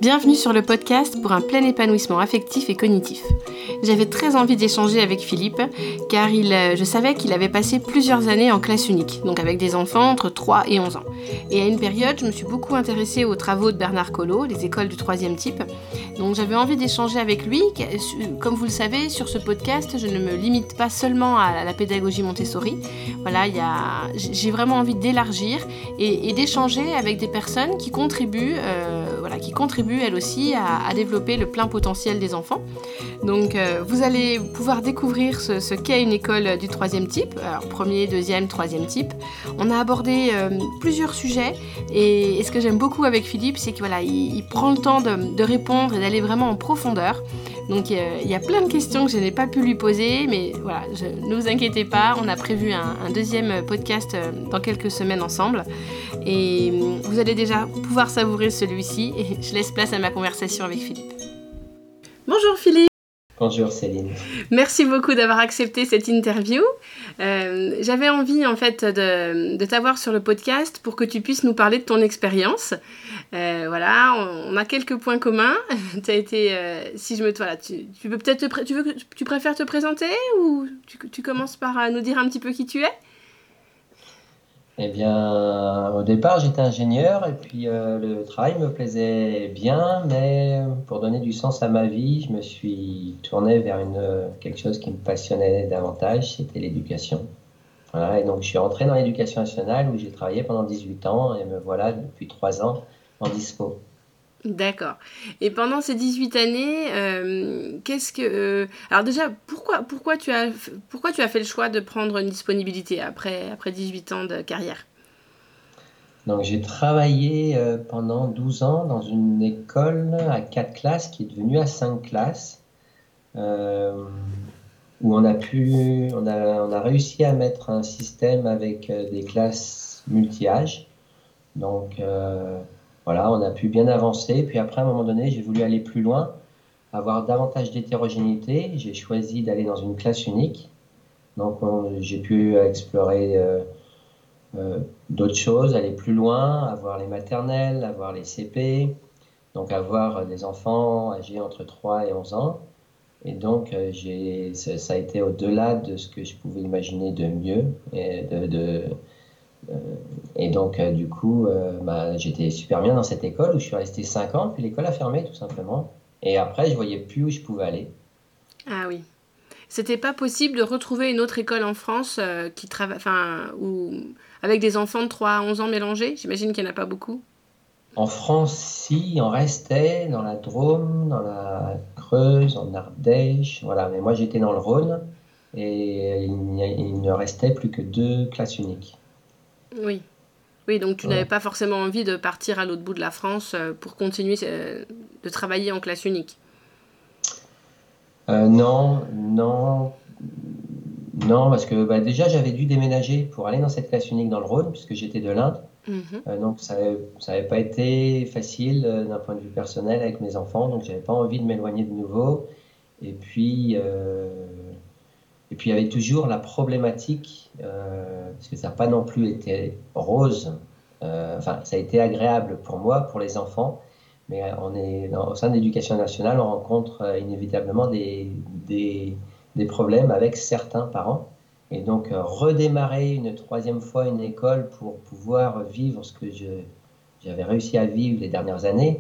Bienvenue sur le podcast pour un plein épanouissement affectif et cognitif. J'avais très envie d'échanger avec Philippe car je savais qu'il avait passé plusieurs années en classe unique, donc avec des enfants entre 3 et 11 ans. Et à une période, je me suis beaucoup intéressée aux travaux de Bernard Collot, les écoles du troisième type. Donc j'avais envie d'échanger avec lui. Comme vous le savez, sur ce podcast, je ne me limite pas seulement à la pédagogie Montessori. Voilà, j'ai vraiment envie d'élargir et d'échanger avec des personnes qui contribuent elles aussi à développer le plein potentiel des enfants. Donc vous allez pouvoir découvrir ce qu'est une école du troisième type, alors premier, deuxième, troisième type. On a abordé plusieurs sujets et ce que j'aime beaucoup avec Philippe, c'est qu'il prend le temps de répondre et d'aller vraiment en profondeur. Donc il y a plein de questions que je n'ai pas pu lui poser, mais voilà, ne vous inquiétez pas, on a prévu un deuxième podcast dans quelques semaines ensemble. Et vous allez déjà pouvoir savourer celui-ci et je laisse place à ma conversation avec Philippe. Bonjour Philippe. Bonjour Céline. Merci beaucoup d'avoir accepté cette interview. J'avais envie en fait de t'avoir sur le podcast pour que tu puisses nous parler de ton expérience. On a quelques points communs. T'as été, tu préfères te présenter ou tu commences par nous dire un petit peu qui tu es ? Eh bien, au départ, j'étais ingénieur et puis le travail me plaisait bien, mais pour donner du sens à ma vie, je me suis tourné vers quelque chose qui me passionnait davantage, c'était l'éducation. Voilà, et donc je suis rentré dans l'éducation nationale où j'ai travaillé pendant 18 ans et me voilà depuis 3 ans en dispo. D'accord. Et pendant ces 18 années, alors déjà, pourquoi tu as fait le choix de prendre une disponibilité après 18 ans de carrière ? Donc j'ai travaillé pendant 12 ans dans une école à 4 classes qui est devenue à 5 classes, où on a réussi à mettre un système avec des classes multi-âges. Donc voilà, on a pu bien avancer. Puis après, à un moment donné, j'ai voulu aller plus loin, avoir davantage d'hétérogénéité. J'ai choisi d'aller dans une classe unique. Donc j'ai pu explorer d'autres choses, aller plus loin, avoir les maternelles, avoir les CP, donc avoir des enfants âgés entre 3 et 11 ans. Et donc ça a été au-delà de ce que je pouvais imaginer de mieux. Et donc, du coup, j'étais super bien dans cette école où je suis resté 5 ans, puis l'école a fermé tout simplement. Et après, je voyais plus où je pouvais aller. Ah oui. C'était pas possible de retrouver une autre école en France avec des enfants de 3 à 11 ans mélangés ? J'imagine qu'il n'y en a pas beaucoup. En France, si, il en restait dans la Drôme, dans la Creuse, en Ardèche. Voilà. Mais moi, j'étais dans le Rhône et il ne restait plus que 2 classes uniques. Oui, donc tu n'avais pas forcément envie de partir à l'autre bout de la France pour continuer de travailler en classe unique. Non, parce que déjà j'avais dû déménager pour aller dans cette classe unique dans le Rhône, puisque j'étais de l'Inde. Donc ça n'avait pas été facile d'un point de vue personnel avec mes enfants, donc j'avais pas envie de m'éloigner de nouveau. Et puis il y avait toujours la problématique, parce que ça n'a pas non plus été rose, ça a été agréable pour moi, pour les enfants, mais au sein de l'éducation nationale, on rencontre inévitablement des problèmes avec certains parents. Et donc, redémarrer une 3e fois une école pour pouvoir vivre ce que j'avais réussi à vivre les dernières années,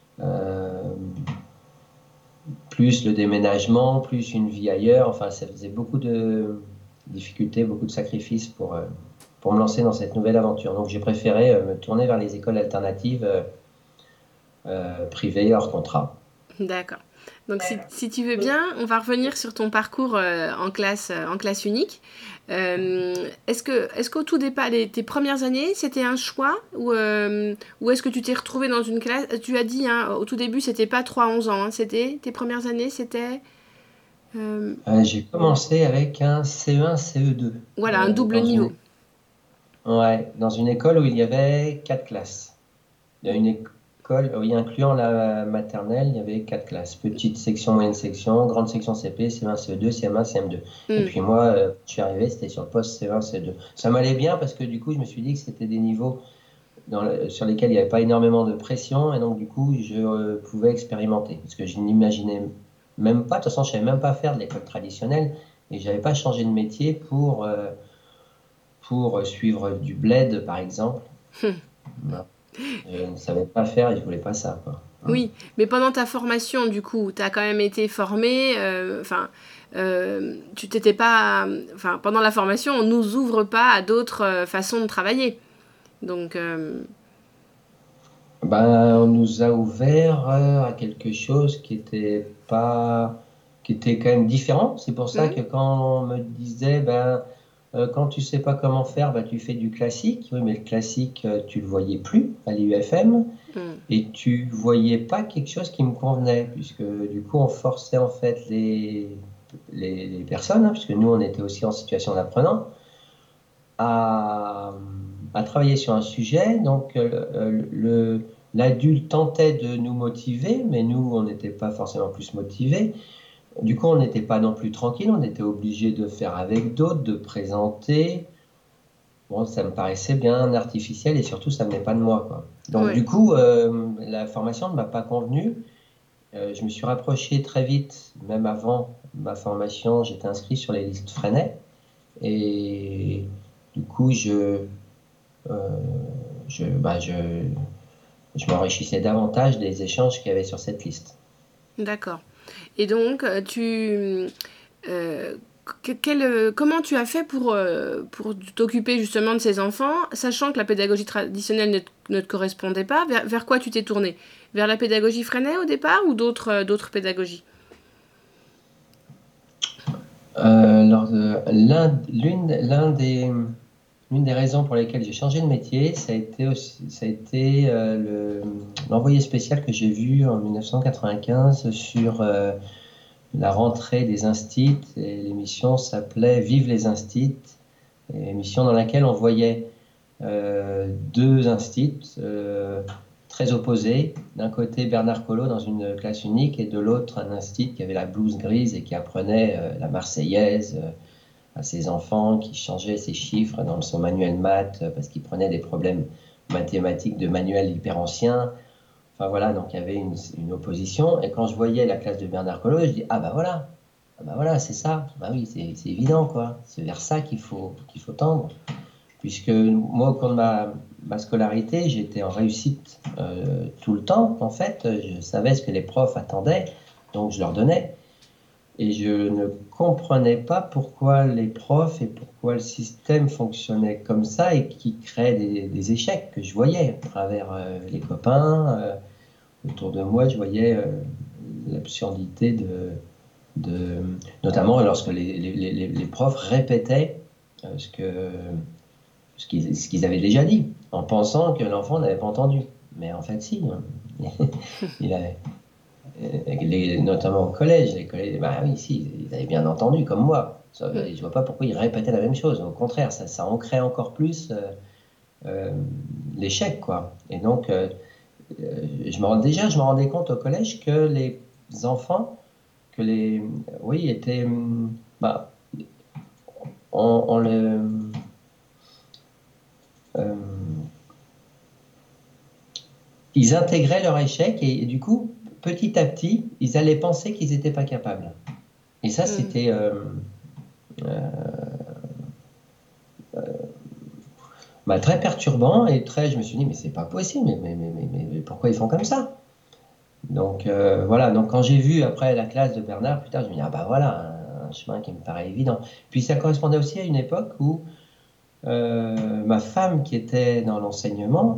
plus le déménagement, plus une vie ailleurs, ça faisait beaucoup de difficultés, beaucoup de sacrifices pour me lancer dans cette nouvelle aventure. Donc, j'ai préféré me tourner vers les écoles alternatives privées hors contrat. D'accord. Donc si tu veux bien, on va revenir sur ton parcours en classe unique. Est-ce qu'au tout départ, tes premières années, c'était un choix ou est-ce que tu t'es retrouvé dans une classe ? Tu as dit au tout début, c'était pas 3-11 ans, c'était tes premières années, c'était... J'ai commencé avec un CE1, CE2. Voilà, un double niveau. Dans une école où il y avait 4 classes. Il y a une école, incluant la maternelle, il y avait 4 classes. Petite section, moyenne section, grande section CP, CE1, CE2, CM1, CM2. Et puis moi, je suis arrivé, c'était sur le poste CE1, CE2. Ça m'allait bien parce que du coup, je me suis dit que c'était des niveaux sur lesquels il n'y avait pas énormément de pression, et donc du coup, je pouvais expérimenter. Parce que je n'imaginais même pas, de toute façon, je ne savais même pas faire de l'école traditionnelle, et je n'avais pas changé de métier pour suivre du bled, par exemple. Non. Je ne savais pas faire et je ne voulais pas ça, quoi. Oui, mais pendant ta formation, du coup, tu as quand même été formé. Tu t'étais pas. Enfin, pendant la formation, on nous ouvre pas à d'autres façons de travailler. Donc. Ben, on nous a ouvert à quelque chose qui était quand même différent. C'est pour ça que quand on me disait, quand tu sais pas comment faire, tu fais du classique. Oui, mais le classique, tu le voyais plus à l'IUFM et tu voyais pas quelque chose qui me convenait, puisque du coup, on forçait en fait les personnes, puisque nous, on était aussi en situation d'apprenant, à, à travailler sur un sujet. Donc, l'adulte tentait de nous motiver, mais nous, on n'était pas forcément plus motivés. Du coup, on n'était pas non plus tranquille, on était obligé de faire avec d'autres, de présenter. Bon, ça me paraissait bien artificiel et surtout, ça ne venait pas de moi, quoi. Donc, du coup, la formation ne m'a pas convenu. Je me suis rapproché très vite, même avant ma formation, j'étais inscrit sur les listes Freinet. Et du coup, euh, je, bah, je, je m'enrichissais davantage des échanges qu'il y avait sur cette liste. D'accord. Et donc, comment tu as fait pour t'occuper justement de ces enfants, sachant que la pédagogie traditionnelle ne te correspondait pas? Vers quoi tu t'es tourné? Vers la pédagogie Freinet au départ ou d'autres pédagogies? L'une des raisons pour lesquelles j'ai changé de métier, ça a été l'envoyé spécial que j'ai vu en 1995 sur la rentrée des instits. Et l'émission s'appelait Vive les instits, émission dans laquelle on voyait deux instits très opposés. D'un côté, Bernard Collot dans une classe unique et de l'autre, un instit qui avait la blouse grise et qui apprenait la Marseillaise à ses enfants, qui changeait ses chiffres dans son manuel maths parce qu'il prenait des problèmes mathématiques de manuels hyper anciens. Enfin voilà, donc il y avait une opposition. Et quand je voyais la classe de Bernard Collot, je dis ah bah voilà, c'est ça. Bah oui, c'est évident quoi. C'est vers ça qu'il faut tendre. Puisque moi, au cours de ma scolarité, j'étais en réussite tout le temps. En fait, je savais ce que les profs attendaient, donc je leur donnais. Et je ne comprenais pas pourquoi les profs et pourquoi le système fonctionnait comme ça et qui créait des échecs que je voyais à travers les copains. Autour de moi, je voyais l'absurdité notamment lorsque les profs répétaient ce qu'ils avaient déjà dit, en pensant que l'enfant n'avait pas entendu. Mais en fait, si. Il avait, notamment au collège, les collèges, bah oui, si, ils avaient bien entendu, comme moi. Je ne vois pas pourquoi ils répétaient la même chose. Au contraire, ça ancrait encore plus l'échec, quoi. Et donc, je me rendais compte au collège que les enfants, oui, étaient, on ils intégraient leur échec et du coup, petit à petit, ils allaient penser qu'ils n'étaient pas capables. Et ça, c'était très perturbant et je me suis dit, mais c'est pas possible, mais pourquoi ils font comme ça? Donc voilà, donc quand j'ai vu après la classe de Bernard, plus tard, je me dis, ah bah voilà, un chemin qui me paraît évident. Puis ça correspondait aussi à une époque où ma femme qui était dans l'enseignement,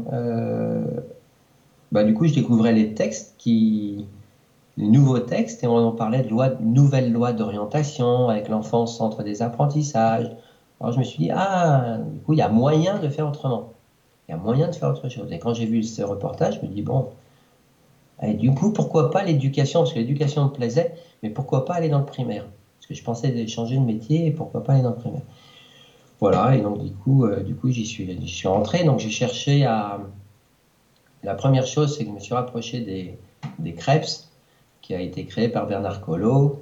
du coup, je découvrais les nouveaux textes, et on en parlait de nouvelle loi d'orientation avec l'enfant au centre des apprentissages. Alors je me suis dit, du coup, il y a moyen de faire autrement. Il y a moyen de faire autre chose. Et quand j'ai vu ce reportage, je me dis, bon, et du coup, pourquoi pas l'éducation? Parce que l'éducation me plaisait, mais pourquoi pas aller dans le primaire? Parce que je pensais changer de métier, et pourquoi pas aller dans le primaire? Voilà, et donc du coup, j'y suis rentré. Donc j'ai cherché La première chose, c'est que je me suis rapproché des CREPS, qui a été créé par Bernard Collot,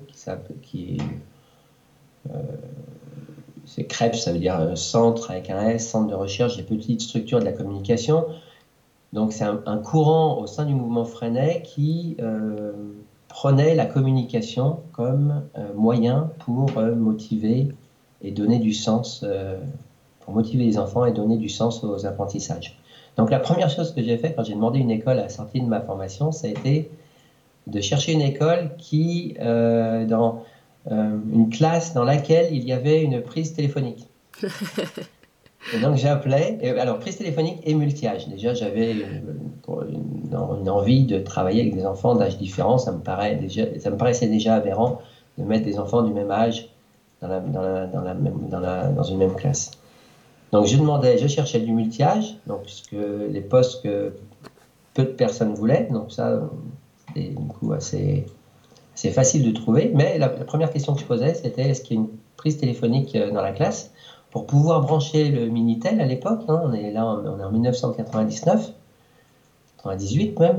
c'est CREPS, ça veut dire centre avec un S, centre de recherche des petites structures de la communication. Donc c'est un courant au sein du mouvement Freinet qui prenait la communication comme moyen pour motiver et donner du sens, pour motiver les enfants et donner du sens aux apprentissages. Donc la première chose que j'ai fait quand j'ai demandé une école à la sortie de ma formation, ça a été de chercher une école qui, dans une classe dans laquelle il y avait une prise téléphonique. Et donc j'appelais, alors prise téléphonique et multi-âge. Déjà j'avais une envie de travailler avec des enfants d'âge différents, ça me paraissait déjà aberrant de mettre des enfants du même âge dans une même classe. Donc je cherchais du multi-âge, donc puisque les postes que peu de personnes voulaient, donc ça c'était du coup assez facile de trouver. Mais la première question que je posais, c'était est-ce qu'il y a une prise téléphonique dans la classe pour pouvoir brancher le Minitel à l'époque, hein, on est en 1999, 98 même,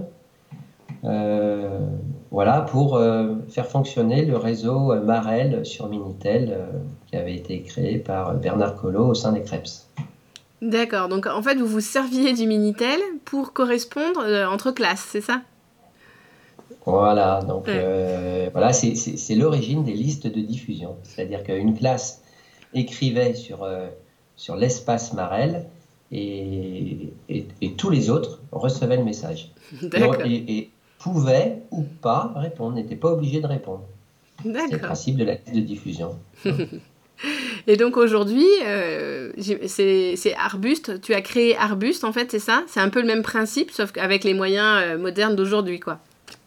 voilà, pour faire fonctionner le réseau Marel sur Minitel qui avait été créé par Bernard Collot au sein des Crêpes. D'accord, donc en fait vous vous serviez du Minitel pour correspondre entre classes, c'est ça? Voilà, donc voilà, c'est l'origine des listes de diffusion. C'est-à-dire qu'une classe écrivait sur l'espace Marel et tous les autres recevaient le message. Et pouvaient ou pas répondre, n'étaient pas obligés de répondre. C'est le principe de la liste de diffusion. Et donc aujourd'hui, c'est Arbuste. Tu as créé Arbuste, en fait, c'est ça? C'est un peu le même principe, sauf qu'avec les moyens modernes d'aujourd'hui, quoi.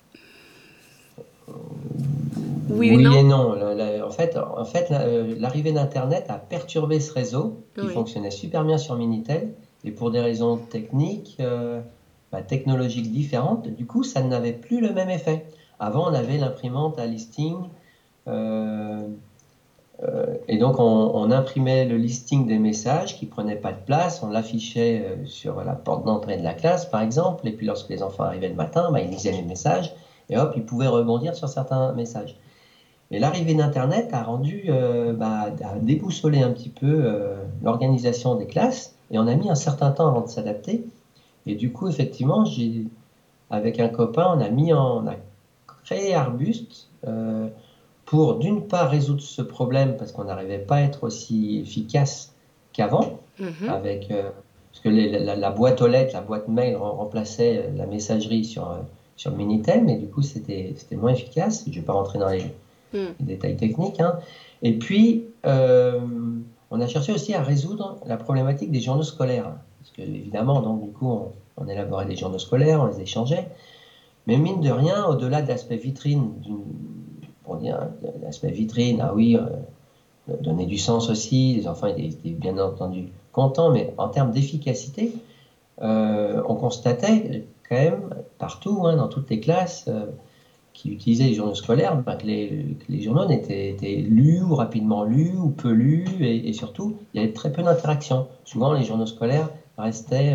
Oui et non. En fait, l'arrivée d'Internet a perturbé ce réseau qui fonctionnait super bien sur Minitel. Et pour des raisons techniques, technologiques différentes, du coup, ça n'avait plus le même effet. Avant, on avait l'imprimante à listing. Et donc, on imprimait le listing des messages qui ne prenaient pas de place. On l'affichait sur la porte d'entrée de la classe, par exemple. Et puis, lorsque les enfants arrivaient le matin, ils lisaient les messages. Et hop, ils pouvaient rebondir sur certains messages. Et l'arrivée d'Internet a a déboussolé un petit peu l'organisation des classes. Et on a mis un certain temps avant de s'adapter. Et du coup, effectivement, avec un copain, on a créé Arbuste pour, d'une part, résoudre ce problème parce qu'on n'arrivait pas à être aussi efficace qu'avant. Parce que la boîte aux lettres, la boîte mail remplaçait la messagerie sur le Minitel. Mais du coup, c'était moins efficace. Je ne vais pas rentrer dans les détails techniques. Hein. Et puis, on a cherché aussi à résoudre la problématique des journaux scolaires. Parce que, évidemment, donc, du coup, on élaborait des journaux scolaires, on les échangeait. Mais mine de rien, au-delà de l'aspect vitrine, pour dire l'aspect vitrine, donner du sens aussi, les enfants étaient bien entendu contents, mais en termes d'efficacité, on constatait quand même partout, dans toutes les classes, qui utilisaient les journaux scolaires, que les journaux étaient lus ou rapidement lus ou peu lus, et surtout, il y avait très peu d'interactions. Souvent, les journaux scolaires restaient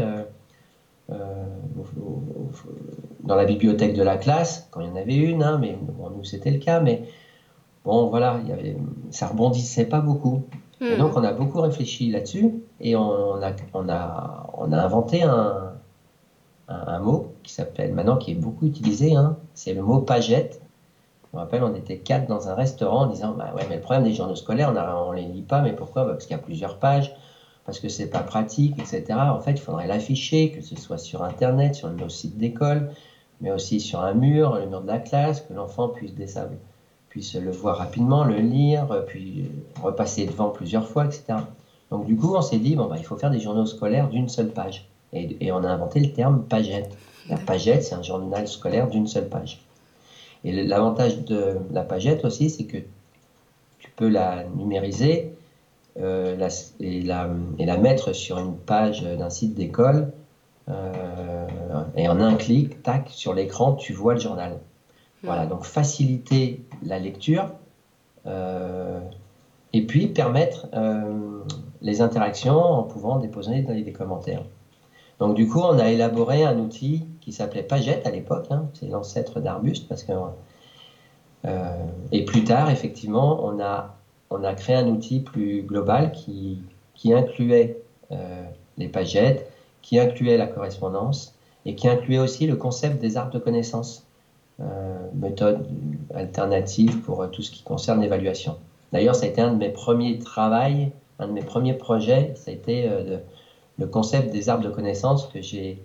dans la bibliothèque de la classe, quand il y en avait une, mais bon, nous c'était le cas, mais bon, voilà, ça rebondissait pas beaucoup. Et donc, on a beaucoup réfléchi là-dessus, et on a inventé un mot qui s'appelle, maintenant, qui est beaucoup utilisé, c'est le mot pagette. Je me rappelle, on était 4 dans un restaurant en disant, mais le problème des journaux scolaires, on les lit pas, mais pourquoi? Parce qu'il y a plusieurs pages, parce que c'est pas pratique, etc. En fait, il faudrait l'afficher, que ce soit sur Internet, sur nos sites d'école, mais aussi sur un mur, le mur de la classe, que l'enfant puisse le voir rapidement, le lire, puis repasser devant plusieurs fois, etc. Donc du coup, on s'est dit, il faut faire des journaux scolaires d'une seule page. Et on a inventé le terme pagette. La pagette, c'est un journal scolaire d'une seule page. Et l'avantage de la pagette aussi, c'est que tu peux la numériser et la mettre sur une page d'un site d'école. Et en un clic, tac, sur l'écran, tu vois le journal. Voilà, donc faciliter la lecture et puis permettre les interactions en pouvant déposer des commentaires. Donc du coup, on a élaboré un outil qui s'appelait Pagette à l'époque, c'est l'ancêtre d'Arbuste, et plus tard, effectivement, on a créé un outil plus global qui incluait les pagettes, qui incluait la correspondance et qui incluait aussi le concept des arbres de connaissances, méthode alternative pour tout ce qui concerne l'évaluation. D'ailleurs, ça a été un de mes premiers travaux, un de mes premiers projets, ça a été le concept des arbres de connaissances que j'ai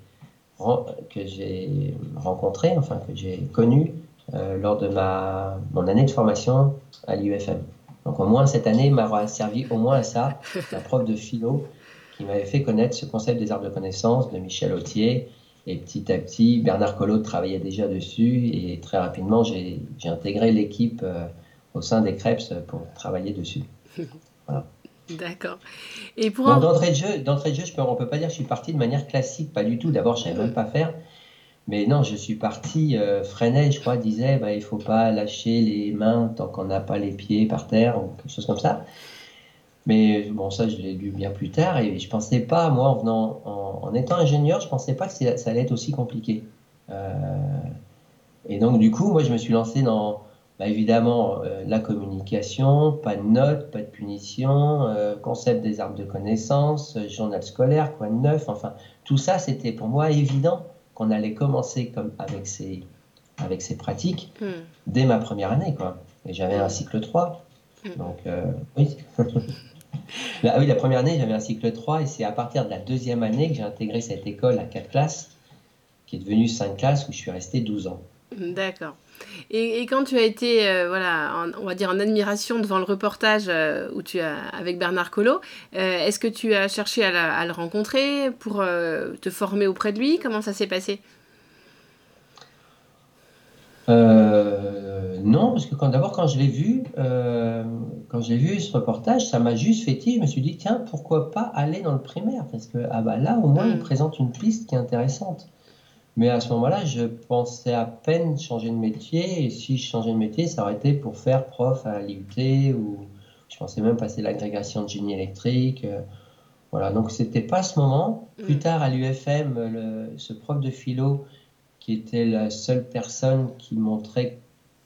rencontré, enfin que j'ai connu lors de mon année de formation à l'IUFM. Donc au moins cette année m'aura servi au moins à ça, ma prof de philo qui m'avait fait connaître ce concept des arbres de connaissances de Michel Authier. Et petit à petit, Bernard Collot travaillait déjà dessus et très rapidement, j'ai intégré l'équipe au sein des CREPS pour travailler dessus. Voilà. D'accord. Et pour donc d'entrée de jeu, on ne peut pas dire que je suis parti de manière classique, pas du tout. D'abord, je ne savais même pas faire. Mais non, je suis parti, Freinet, je crois, disait il ne faut pas lâcher les mains tant qu'on n'a pas les pieds par terre ou quelque chose comme ça. Mais bon, ça, je l'ai lu bien plus tard et je ne pensais pas, moi, en étant ingénieur, je ne pensais pas que ça allait être aussi compliqué. Et donc, du coup, moi, je me suis lancé dans, évidemment, la communication, pas de notes, pas de punition, concept des arbres de connaissances, journal scolaire, quoi de neuf, enfin, tout ça, c'était pour moi évident qu'on allait commencer avec ces pratiques dès ma première année, quoi. Et j'avais un cycle 3. Donc, oui. Oui, la première année, j'avais un cycle 3 et c'est à partir de la deuxième année que j'ai intégré cette école à 4 classes, qui est devenue 5 classes où je suis resté 12 ans. D'accord. Et quand tu as été, on va dire en admiration devant le reportage avec Bernard Collot, est-ce que tu as cherché à le rencontrer pour te former auprès de lui? Comment ça s'est passé? Non, parce que d'abord quand je l'ai vu, ce reportage, ça m'a juste fait tilt. Je me suis dit tiens, pourquoi pas aller dans le primaire, parce que là au moins il présente une piste qui est intéressante. Mais à ce moment-là, je pensais à peine changer de métier, et si je changeais de métier, ça aurait été pour faire prof à l'IUT, ou je pensais même passer l'agrégation de génie électrique. Voilà, donc c'était pas ce moment. Plus tard à l'UFM, ce prof de philo, qui était la seule personne qui montrait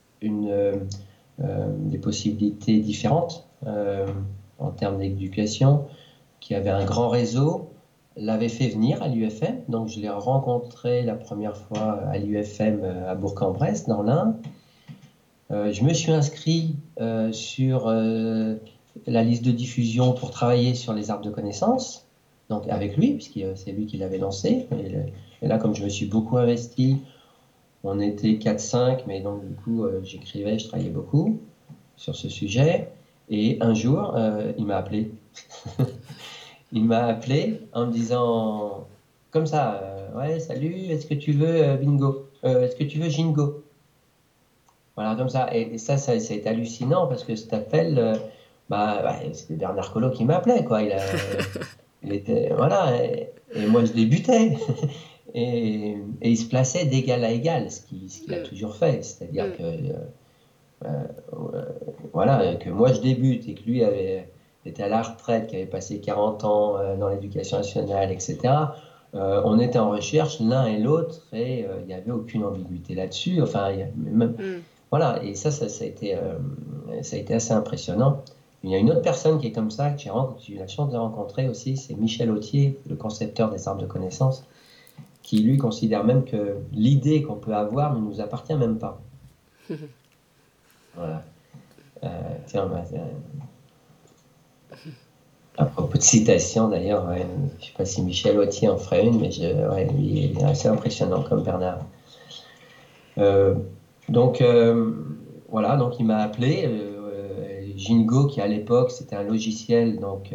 des possibilités différentes en termes d'éducation, qui avait un grand réseau, l'avait fait venir à l'UFM. Donc je l'ai rencontré la première fois à l'UFM à Bourg-en-Bresse, dans l'Ain. Je me suis inscrit sur la liste de diffusion pour travailler sur les arbres de connaissances, donc avec lui, puisque c'est lui qui l'avait lancé. Et là, comme je me suis beaucoup investi, on était 4-5, mais donc du coup, j'écrivais, je travaillais beaucoup sur ce sujet. Et un jour, il m'a appelé. Il m'a appelé en me disant, comme ça, ouais, salut, est-ce que tu veux bingo est-ce que tu veux Jingo? Voilà, comme ça. Et ça a été hallucinant parce que cet appel, c'était Bernard Collot qui m'appelait, quoi. Il était, voilà, et moi je débutais. Et il se plaçait d'égal à égal, ce qu'il a toujours fait. C'est-à-dire que, voilà, que moi je débute et que lui était à la retraite, qui avait passé 40 ans dans l'éducation nationale, etc. On était en recherche l'un et l'autre et il n'y avait aucune ambiguïté là-dessus. Enfin, voilà, et ça a été assez impressionnant. Il y a une autre personne qui est comme ça, que j'ai eu la chance de rencontrer aussi, c'est Michel Authier, le concepteur des arbres de connaissances, qui lui considère même que l'idée qu'on peut avoir ne nous appartient même pas. Voilà. Tiens, à propos de citation d'ailleurs, je ne sais pas si Michel Authier en ferait une, mais lui il est assez impressionnant comme Bernard. Donc voilà, donc il m'a appelé. Jingo, qui à l'époque c'était un logiciel donc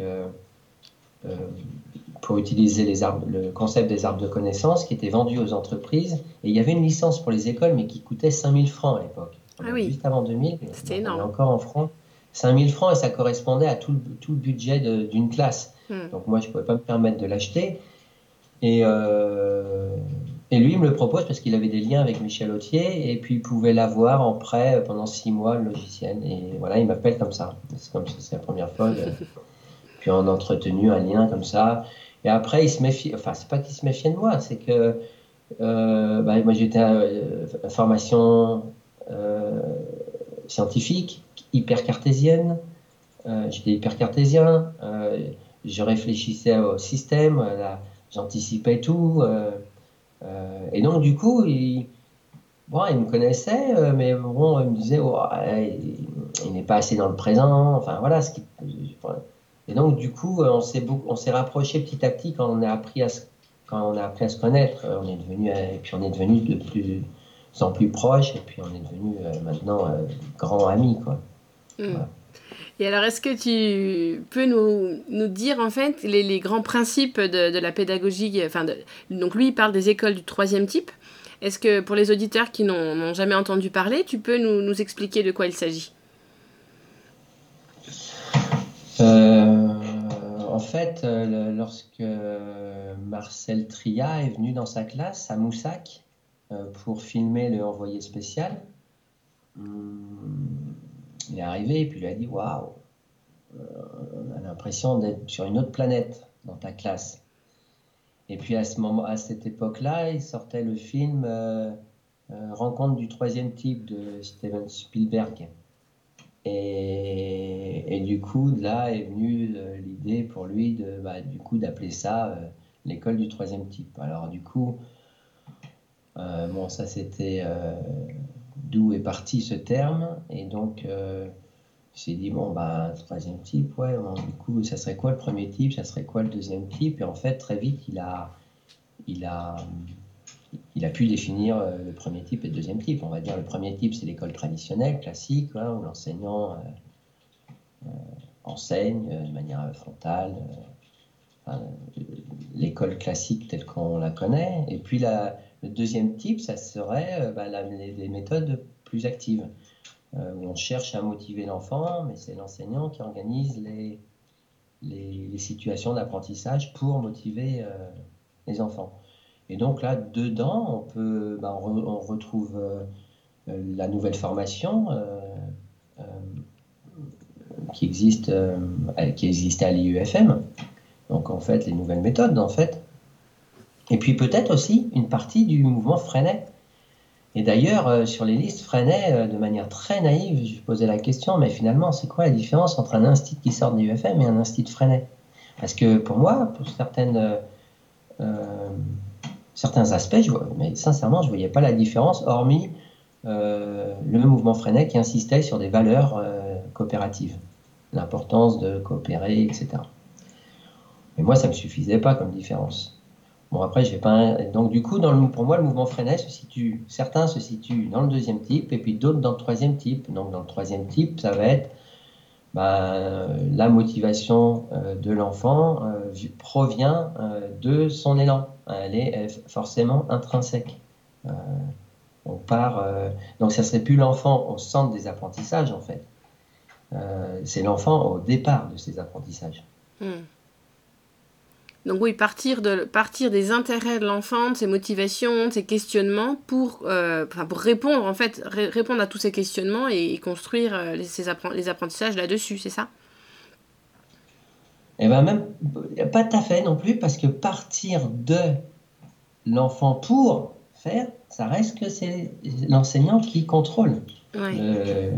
pour utiliser le concept des arbres de connaissances, qui était vendu aux entreprises, et il y avait une licence pour les écoles mais qui coûtait 5 000 francs à l'époque. Juste avant 2000, c'était énorme. Encore en francs, 5 000 francs, et ça correspondait à tout le budget d'une classe. Donc moi je ne pouvais pas me permettre de l'acheter, et lui il me le propose parce qu'il avait des liens avec Michel Authier, et puis il pouvait l'avoir en prêt pendant 6 mois, le logiciel, et voilà, il m'appelle comme ça. C'est la première fois puis on a entretenu un lien comme ça, et après il se méfie, enfin c'est pas qu'il se méfiait de moi, c'est que moi j'étais à formation scientifique, hyper cartésienne, j'étais hyper cartésien, je réfléchissais au système, j'anticipais tout, Et donc, du coup, bon, il me connaissait, mais bon, il me disait, oh, il n'est pas assez dans le présent. Enfin, voilà. Et donc, du coup, on s'est rapproché petit à petit quand on a appris à se connaître. Et puis on est devenu de plus en plus proches, et puis on est devenu maintenant grands amis, quoi. Voilà. Et alors, est-ce que tu peux nous dire, en fait, les grands principes de la pédagogie, donc lui, il parle des écoles du 3e type. Est-ce que, pour les auditeurs qui n'ont jamais entendu parler, tu peux nous expliquer de quoi il s'agit? En fait, lorsque Marcel Tria est venu dans sa classe à Moussac pour filmer le envoyé spécial, il est arrivé et puis il a dit, waouh, on a l'impression d'être sur une autre planète dans ta classe. Et puis à cette époque-là, il sortait le film Rencontre du 3e type de Steven Spielberg. Et du coup, là est venue l'idée pour lui d'appeler ça l'école du 3e type. Alors du coup, bon, ça c'était d'où est parti ce terme. Et donc, j'ai dit, bon, 3e type, ouais, bon, du coup, ça serait quoi le 1er type, ça serait quoi le 2e type? Et en fait, très vite, il a pu définir le 1er type et le 2e type. On va dire le 1er type, c'est l'école traditionnelle, classique, hein, où l'enseignant enseigne de manière frontale, l'école classique telle qu'on la connaît. Et puis le 2e type, ça serait les méthodes plus actives, où on cherche à motiver l'enfant, mais c'est l'enseignant qui organise les situations d'apprentissage pour motiver les enfants. Et donc là, dedans, on retrouve la nouvelle formation qui existait à l'IUFM. Donc en fait, les nouvelles méthodes, en fait. Et puis peut-être aussi une partie du mouvement Freinet. Et d'ailleurs, sur les listes Freinet, de manière très naïve, je posais la question, mais finalement, c'est quoi la différence entre un institut qui sort de l'IUFM et un institut Freinet? Parce que pour moi, pour certains aspects, mais sincèrement, je ne voyais pas la différence, hormis le mouvement Freinet qui insistait sur des valeurs coopératives, l'importance de coopérer, etc. Mais moi, ça ne me suffisait pas comme différence. Bon, après, je vais pas. Donc, du coup, pour moi, le mouvement Freinet certains se situent dans le 2e type et puis d'autres dans le 3e type. Donc, dans le 3e type, ça va être la motivation de l'enfant provient de son élan. Elle est forcément intrinsèque. Donc, ça serait plus l'enfant au centre des apprentissages, en fait. C'est l'enfant au départ de ses apprentissages. Donc oui, partir des intérêts de l'enfant, de ses motivations, de ses questionnements pour répondre à tous ces questionnements et construire les apprentissages là-dessus, c'est ça? Eh bien même, pas tout à fait non plus, parce que partir de l'enfant pour faire, ça reste que c'est l'enseignant qui contrôle. Ouais.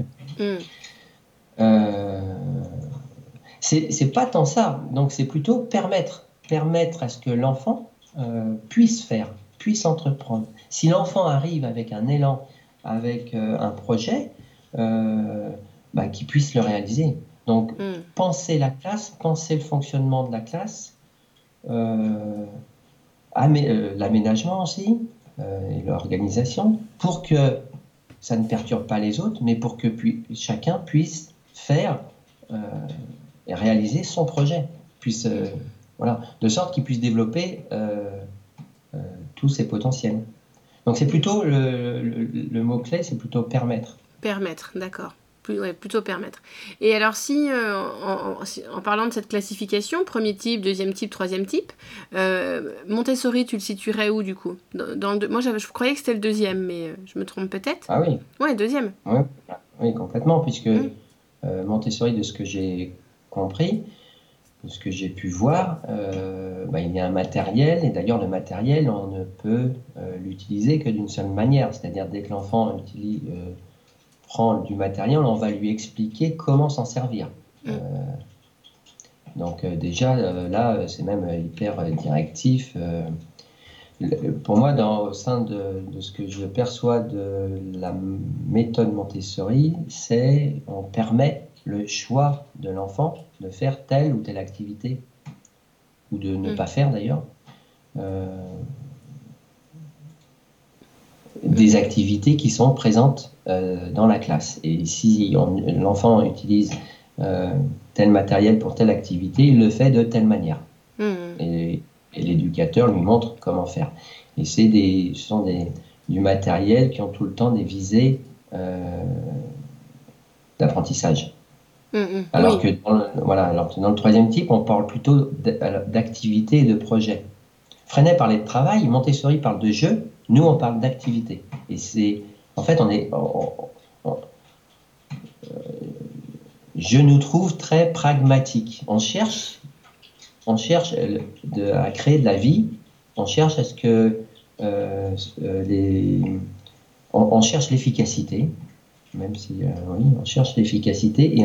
C'est pas tant ça, donc c'est plutôt permettre à ce que l'enfant puisse faire, puisse entreprendre. Si l'enfant arrive avec un élan, avec un projet, qu'il puisse le réaliser. Donc, penser la classe, penser le fonctionnement de la classe, l'aménagement aussi, et l'organisation, pour que ça ne perturbe pas les autres, mais pour que chacun puisse faire et réaliser son projet, de sorte qu'il puisse développer tous ses potentiels. Donc c'est plutôt le mot-clé, c'est plutôt permettre. Permettre, d'accord. Plutôt permettre. Et alors si, en parlant de cette classification, 1er type, 2e type, 3e type, Montessori, tu le situerais où du coup? Moi, je croyais que c'était le 2e, mais je me trompe peut-être. Ah oui. Ouais, 2e. Oui, complètement, puisque Montessori, de ce que j'ai compris, de ce que j'ai pu voir, il y a un matériel, et d'ailleurs le matériel, on ne peut l'utiliser que d'une seule manière, c'est-à-dire dès que l'enfant prend du matériel, on va lui expliquer comment s'en servir. Donc déjà, là, c'est même hyper directif. Pour moi, au sein de ce que je perçois de la méthode Montessori, on permet le choix de l'enfant de faire telle ou telle activité, ou de ne pas faire d'ailleurs, des activités qui sont présentes dans la classe. Et si l'enfant utilise tel matériel pour telle activité, il le fait de telle manière. Et l'éducateur lui montre comment faire. Et ce sont du matériel qui ont tout le temps des visées d'apprentissage. Alors que dans le troisième type, on parle plutôt d'activité et de projet. Freinet parlait de travail, Montessori parle de jeu, nous on parle d'activité. Et en fait, je nous trouve très pragmatiques. On cherche à créer de la vie, on cherche à ce que on cherche l'efficacité, même si oui, on cherche l'efficacité et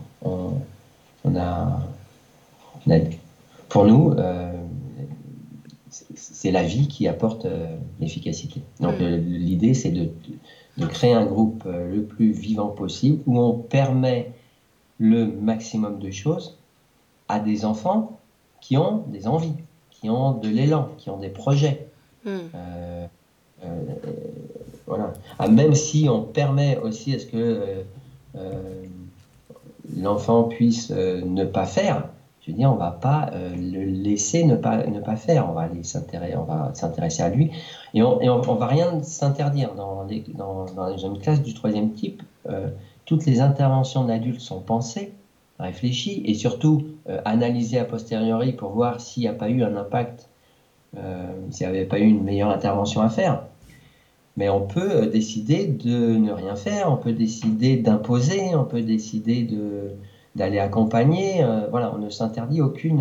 pour nous, c'est la vie qui apporte l'efficacité. Donc l'idée, c'est de créer un groupe le plus vivant possible où on permet le maximum de choses à des enfants qui ont des envies, qui ont de l'élan, qui ont des projets. Voilà. Même si on permet aussi à ce que l'enfant puisse ne pas faire, je veux dire, on ne va pas le laisser ne pas faire, on va s'intéresser à lui et on ne va rien s'interdire. Dans une classe du troisième type, toutes les interventions d'adultes sont pensées, réfléchies et surtout analysées a posteriori pour voir s'il n'y a pas eu un impact, s'il n'y avait pas eu une meilleure intervention à faire. Mais on peut décider de ne rien faire, on peut décider d'imposer, on peut décider d'aller accompagner. Voilà, on ne s'interdit aucune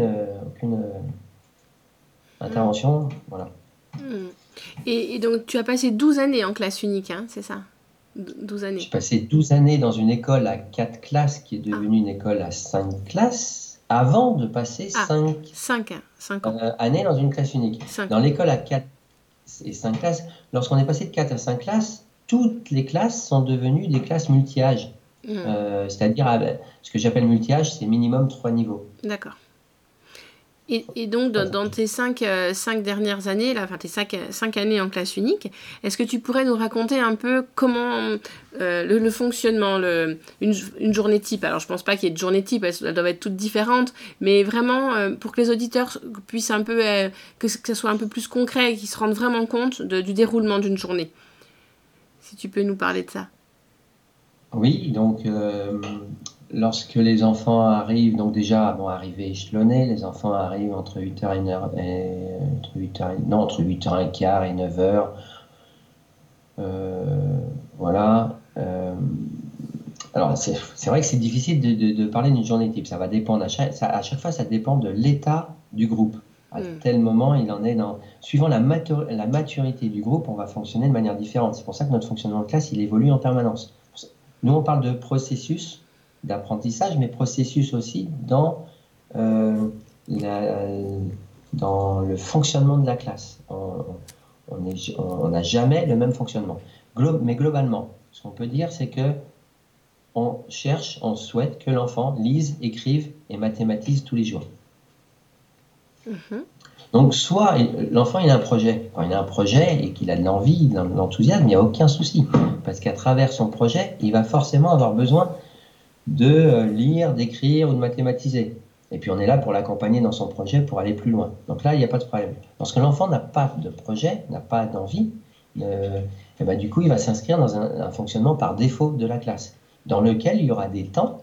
intervention. Voilà. Et donc, tu as passé 12 années en classe unique, hein, c'est ça? 12 années. J'ai passé 12 années dans une école à 4 classes qui est devenue une école à 5 classes avant de passer 5 années dans une classe unique. Dans l'école à 4 et 5 classes, lorsqu'on est passé de 4 à 5 classes, toutes les classes sont devenues des classes multi-âges. C'est-à-dire, ce que j'appelle multi-âge, c'est minimum 3 niveaux. D'accord. Et donc, dans tes 5 dernières années, là, enfin tes 5 années en classe unique, est-ce que tu pourrais nous raconter un peu comment le fonctionnement, une journée type? Alors, je ne pense pas qu'il y ait de journée type, elles doivent être toutes différentes, mais vraiment, pour que les auditeurs puissent un peu, que ça soit un peu plus concret et qu'ils se rendent vraiment compte du déroulement d'une journée. Si tu peux nous parler de ça. Oui, donc... lorsque les enfants arrivent, donc déjà, arrivée échelonnée, les enfants arrivent entre 8h15 et 9h. Voilà. Alors, c'est vrai que c'est difficile de parler d'une journée type. Ça va dépendre. À chaque fois, ça dépend de l'état du groupe. À tel moment, il en est suivant la maturité du groupe, on va fonctionner de manière différente. C'est pour ça que notre fonctionnement de classe, il évolue en permanence. Nous, on parle de processus d'apprentissage, mais processus aussi dans le fonctionnement de la classe. On n'a jamais le même fonctionnement. Mais globalement, ce qu'on peut dire, c'est que on souhaite que l'enfant lise, écrive et mathématise tous les jours. Donc, soit l'enfant il a un projet. Quand il a un projet et qu'il a de l'envie, de l'enthousiasme, il n'y a aucun souci. Parce qu'à travers son projet, il va forcément avoir besoin de lire, d'écrire ou de mathématiser. Et puis on est là pour l'accompagner dans son projet pour aller plus loin. Donc là, il n'y a pas de problème. Lorsque l'enfant n'a pas de projet, n'a pas d'envie, du coup, il va s'inscrire dans un fonctionnement par défaut de la classe, dans lequel il y aura des temps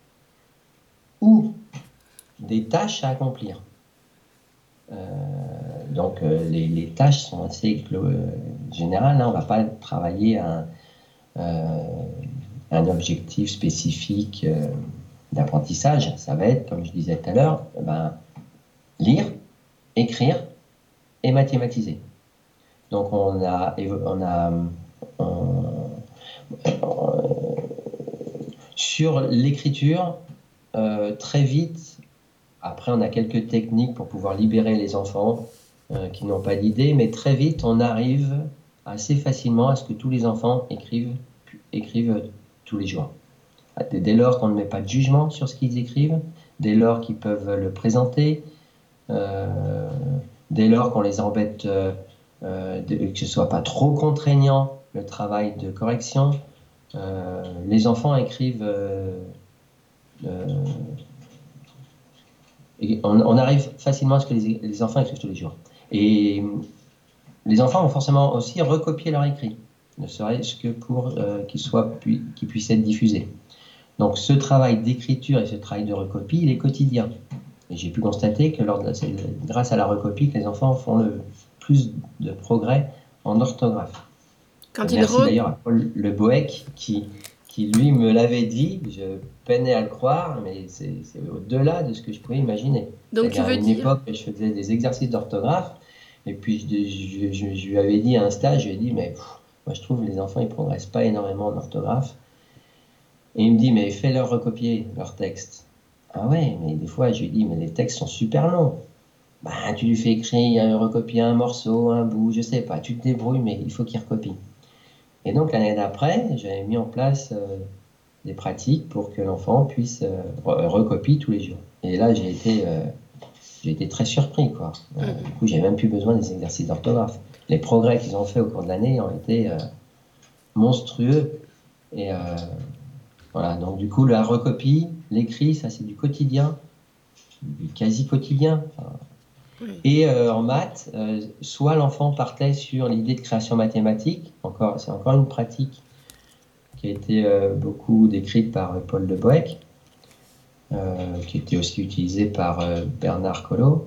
ou des tâches à accomplir. Donc les tâches sont assez générales. Hein. On ne va pas travailler un objectif spécifique d'apprentissage. Ça va être, comme je disais tout à l'heure, lire, écrire et mathématiser. Donc sur l'écriture, très vite, après on a quelques techniques pour pouvoir libérer les enfants. qui n'ont pas d'idée, mais très vite, on arrive assez facilement à ce que tous les enfants écrivent tous les jours. Dès lors qu'on ne met pas de jugement sur ce qu'ils écrivent, dès lors qu'ils peuvent le présenter, dès lors qu'on les embête, que ce soit pas trop contraignant, le travail de correction, les enfants écrivent. Et on arrive facilement à ce que les enfants écrivent tous les jours. Et les enfants vont forcément aussi recopier leur écrit, ne serait-ce que pour qu'ils puissent être diffusés. Donc ce travail d'écriture et ce travail de recopie, il est quotidien. Et j'ai pu constater que c'est grâce à la recopie que les enfants font le plus de progrès en orthographe. Merci d'ailleurs à Paul Le Bohec qui lui me l'avait dit. Je peinais à le croire, mais c'est au-delà de ce que je pouvais imaginer. Donc tu veux dire... À une époque, je faisais des exercices d'orthographe, et puis je lui avais dit à un stage, je lui ai dit, mais moi je trouve que les enfants ils progressent pas énormément en orthographe. Et il me dit, mais fais-leur recopier leurs textes. Ah ouais, mais des fois, je lui dis, mais les textes sont super longs. Bah, tu lui fais écrire, recopier un morceau, un bout, je sais pas, tu te débrouilles, mais il faut qu'il recopie. Et donc, l'année d'après, j'avais mis en place des pratiques pour que l'enfant puisse recopier tous les jours. Et là, j'ai été très surpris, quoi. Du coup, j'avais même plus besoin des exercices d'orthographe. Les progrès qu'ils ont fait au cours de l'année ont été monstrueux. Et voilà, donc du coup, la recopie, l'écrit, ça c'est du quotidien, du quasi quotidien. Et en maths, soit l'enfant partait sur l'idée de création mathématique, c'est encore une pratique qui a été beaucoup décrite par Paul Le Bohec, qui était aussi utilisée par Bernard Collot.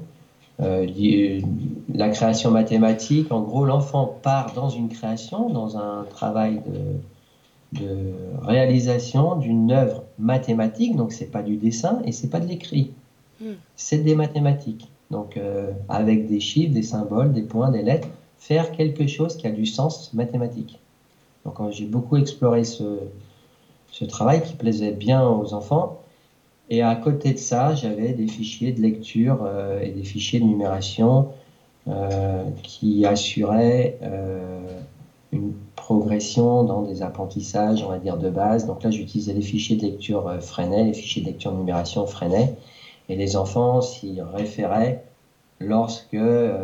La création mathématique, en gros, l'enfant part dans une création, dans un travail de réalisation d'une œuvre mathématique, donc c'est pas du dessin et c'est pas de l'écrit, c'est des mathématiques. Donc avec des chiffres, des symboles, des points, des lettres, faire quelque chose qui a du sens mathématique. Donc j'ai beaucoup exploré ce travail qui plaisait bien aux enfants. Et à côté de ça, j'avais des fichiers de lecture et des fichiers de numération qui assuraient une progression dans des apprentissages, on va dire, de base. Donc là, j'utilisais les fichiers de lecture Freinet, les fichiers de lecture de numération Freinet, et les enfants s'y référaient lorsque...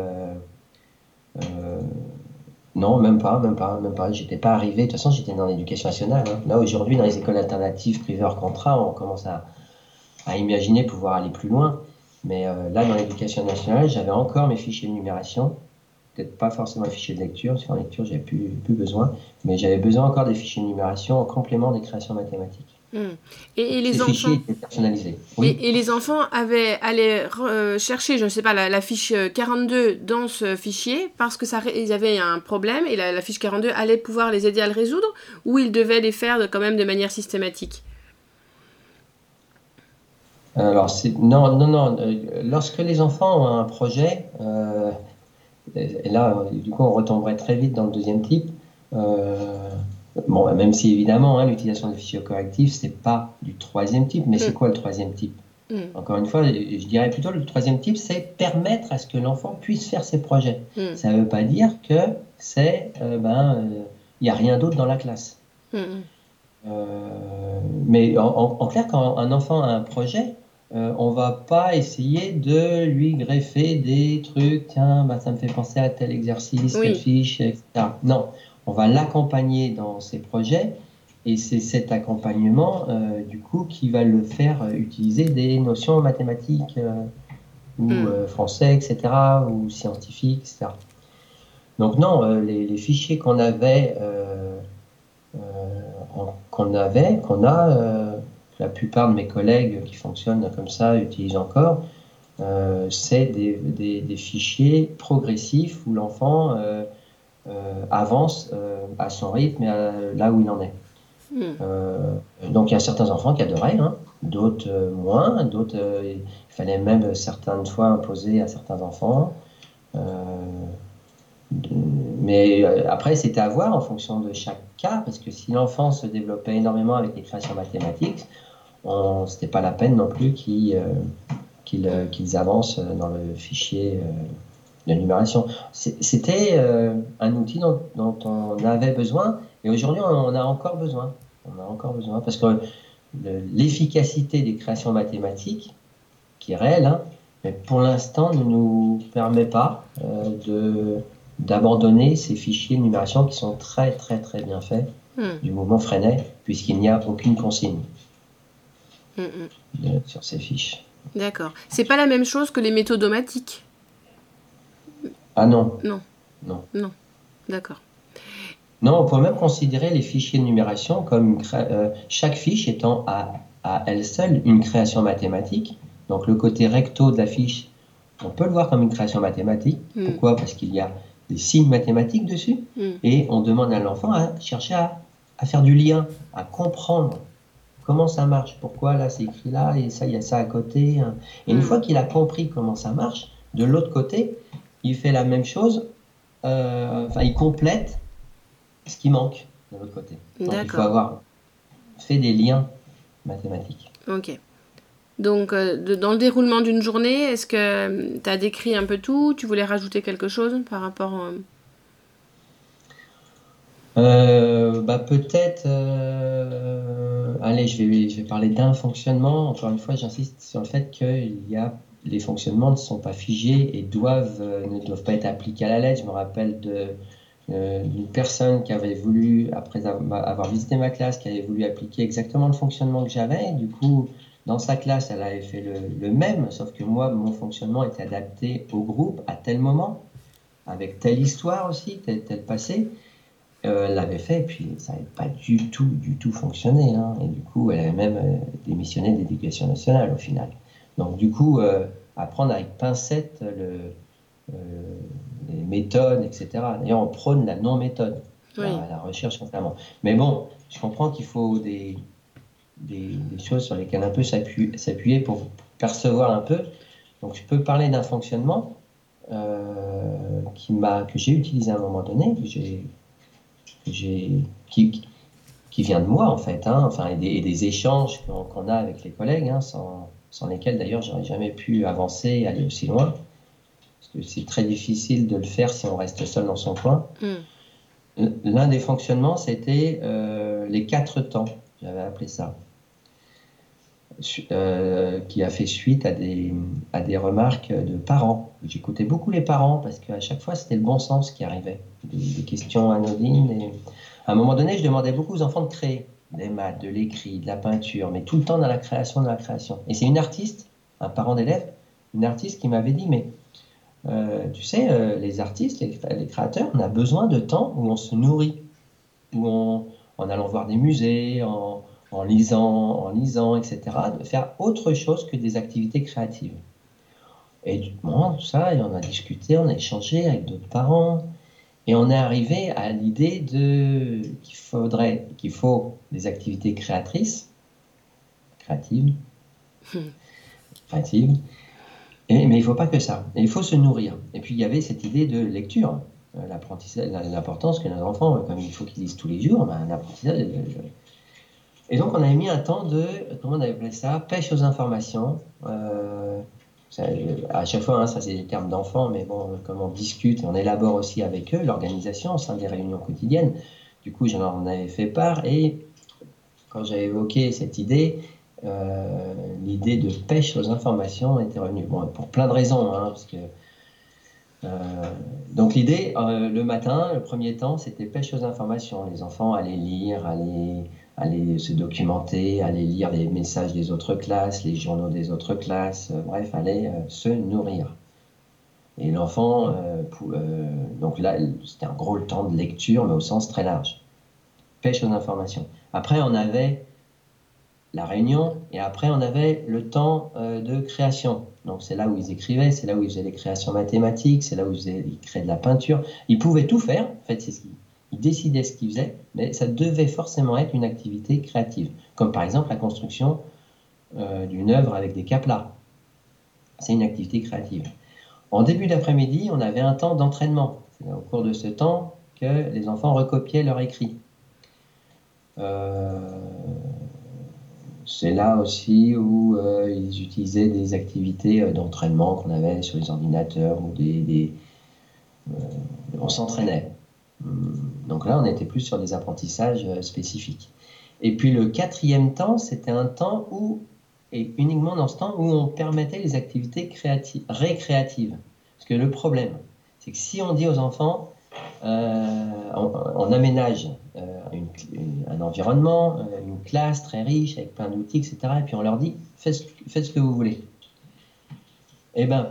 non, même pas. J'étais pas arrivé. De toute façon, j'étais dans l'éducation nationale. Hein. Là, aujourd'hui, dans les écoles alternatives privées hors contrat, on commence à imaginer pouvoir aller plus loin. Mais là, dans l'éducation nationale, j'avais encore mes fichiers de numération. Peut-être pas forcément les fichiers de lecture, parce qu'en lecture, j'avais plus besoin. Mais j'avais besoin encore des fichiers de numération en complément des créations mathématiques. Et les Ces enfants... fichiers étaient personnalisés. Oui. Et les enfants allaient chercher, je ne sais pas, la fiche 42 dans ce fichier parce que ils avaient un problème et la fiche 42 allait pouvoir les aider à le résoudre, ou ils devaient les faire quand même de manière systématique? Alors, non. Lorsque les enfants ont un projet, et là, du coup, on retomberait très vite dans le deuxième type. Bon, même si évidemment, hein, l'utilisation des fichiers correctifs, c'est pas du troisième type, mais c'est quoi le troisième type? Encore une fois, je dirais plutôt le troisième type, c'est permettre à ce que l'enfant puisse faire ses projets. Ça ne veut pas dire que c'est, y a rien d'autre dans la classe. Mais en clair, quand un enfant a un projet, on va pas essayer de lui greffer des trucs, tiens, ça me fait penser à tel exercice, telle fiche, etc. Non, on va l'accompagner dans ses projets, et c'est cet accompagnement, du coup, qui va le faire utiliser des notions mathématiques, ou français, etc., ou scientifiques, etc. Donc non, les fichiers qu'on avait, la plupart de mes collègues qui fonctionnent comme ça utilisent encore, c'est des fichiers progressifs où l'enfant avance à son rythme et là où il en est. Donc il y a certains enfants qui adoraient, hein, d'autres moins, d'autres il fallait même certaines fois imposer à certains enfants. Mais après, c'était à voir en fonction de chaque cas, parce que si l'enfant se développait énormément avec les créations mathématiques, c'était pas la peine non plus qu'ils avancent dans le fichier de numération. C'était un outil dont on avait besoin, et aujourd'hui on en a encore besoin. On a encore besoin, parce que l'efficacité des créations mathématiques, qui est réelle, hein, mais pour l'instant ne nous permet pas d'abandonner ces fichiers de numération qui sont très très très bien faits du mouvement Freinet, puisqu'il n'y a aucune consigne sur ces fiches. D'accord. C'est pas la même chose que les méthodomatiques? Ah non. Non. Non. Non. D'accord. Non, on pourrait même considérer les fichiers de numération comme chaque fiche étant à elle seule une création mathématique. Donc le côté recto de la fiche, on peut le voir comme une création mathématique. Pourquoi? Parce qu'il y a des signes mathématiques dessus. Et on demande à l'enfant à chercher à faire du lien, à comprendre comment ça marche. Pourquoi là c'est écrit là et ça il y a ça à côté. Hein. Et une fois qu'il a compris comment ça marche, de l'autre côté, il fait la même chose. Il complète ce qui manque de l'autre côté. Donc il faut avoir fait des liens mathématiques. Ok. Donc dans le déroulement d'une journée, est-ce que tu as décrit un peu tout? Tu voulais rajouter quelque chose par rapport peut-être... allez, je vais parler d'un fonctionnement. Encore une fois, j'insiste sur le fait que les fonctionnements ne sont pas figés et ne doivent pas être appliqués à la lettre. Je me rappelle d'une personne qui avait voulu, après avoir visité ma classe, qui avait voulu appliquer exactement le fonctionnement que j'avais. Du coup, dans sa classe, elle avait fait le même, sauf que moi, mon fonctionnement était adapté au groupe à tel moment, avec telle histoire aussi, tel passé. Elle l'avait fait, et puis ça n'avait pas du tout fonctionné. Hein. Et du coup, elle avait même démissionné de l'Éducation nationale au final. Donc du coup, apprendre avec pincette les méthodes, etc. D'ailleurs, on prône la non-méthode, la recherche constamment. Mais bon, je comprends qu'il faut des choses sur lesquelles un peu s'appuyer pour percevoir un peu. Donc, je peux parler d'un fonctionnement que j'ai utilisé à un moment donné, qui vient de moi, en fait, hein, et des échanges qu'on a avec les collègues, hein, sans lesquels, d'ailleurs, j'aurais jamais pu avancer et aller aussi loin. Parce que c'est très difficile de le faire si on reste seul dans son coin. L'un des fonctionnements, c'était les 4 temps, j'avais appelé ça, qui a fait suite à des remarques de parents. J'écoutais beaucoup les parents parce qu'à chaque fois, c'était le bon sens qui arrivait, des questions anodines. Et à un moment donné, je demandais beaucoup aux enfants de créer des maths, de l'écrit, de la peinture, mais tout le temps dans la création, Et c'est une artiste, un parent d'élève, une artiste qui m'avait dit, mais tu sais, les artistes, les créateurs, on a besoin de temps où on se nourrit, en allant voir des musées, en lisant, etc., de faire autre chose que des activités créatives. Et du moment, tout ça, et on a discuté, on a échangé avec d'autres parents, et on est arrivé à l'idée qu'il faut des activités créatives, mais il ne faut pas que ça. Et il faut se nourrir. Et puis, il y avait cette idée de lecture, l'apprentissage, l'importance que nos enfants, comme il faut qu'ils lisent tous les jours, l'apprentissage. Et donc, on avait mis un temps comment on avait appelé ça, pêche aux informations. À chaque fois, hein, ça c'est des termes d'enfants, mais bon, comme on discute, on élabore aussi avec eux l'organisation au sein des réunions quotidiennes. Du coup, j'en avais fait part, et quand j'ai évoqué cette idée, l'idée de pêche aux informations était revenue. Bon, pour plein de raisons, hein, parce que donc l'idée, le matin, le premier temps, c'était pêche aux informations. Les enfants allaient lire, allaient se documenter, allaient lire les messages des autres classes, les journaux des autres classes, bref, allaient se nourrir. Et l'enfant, donc là, c'était un gros temps de lecture, mais au sens très large. Pêche aux informations. Après, on avait la réunion, et après on avait le temps de création. Donc c'est là où ils écrivaient, c'est là où ils faisaient les créations mathématiques, c'est là où ils créaient de la peinture. Ils pouvaient tout faire, en fait, ils décidaient ce qu'ils faisaient, mais ça devait forcément être une activité créative, comme par exemple la construction d'une œuvre avec des caplats. C'est une activité créative. En début d'après-midi, on avait un temps d'entraînement. C'est au cours de ce temps que les enfants recopiaient leur écrit. C'est là aussi où ils utilisaient des activités d'entraînement qu'on avait sur les ordinateurs, ou des on s'entraînait. Donc là, on était plus sur des apprentissages spécifiques. Et puis le 4e temps, c'était un temps où, et uniquement dans ce temps, où on permettait les activités récréatives. Parce que le problème, c'est que si on dit aux enfants, on aménage un environnement, une classe très riche, avec plein d'outils, etc., et puis on leur dit, faites ce que vous voulez. Eh bien,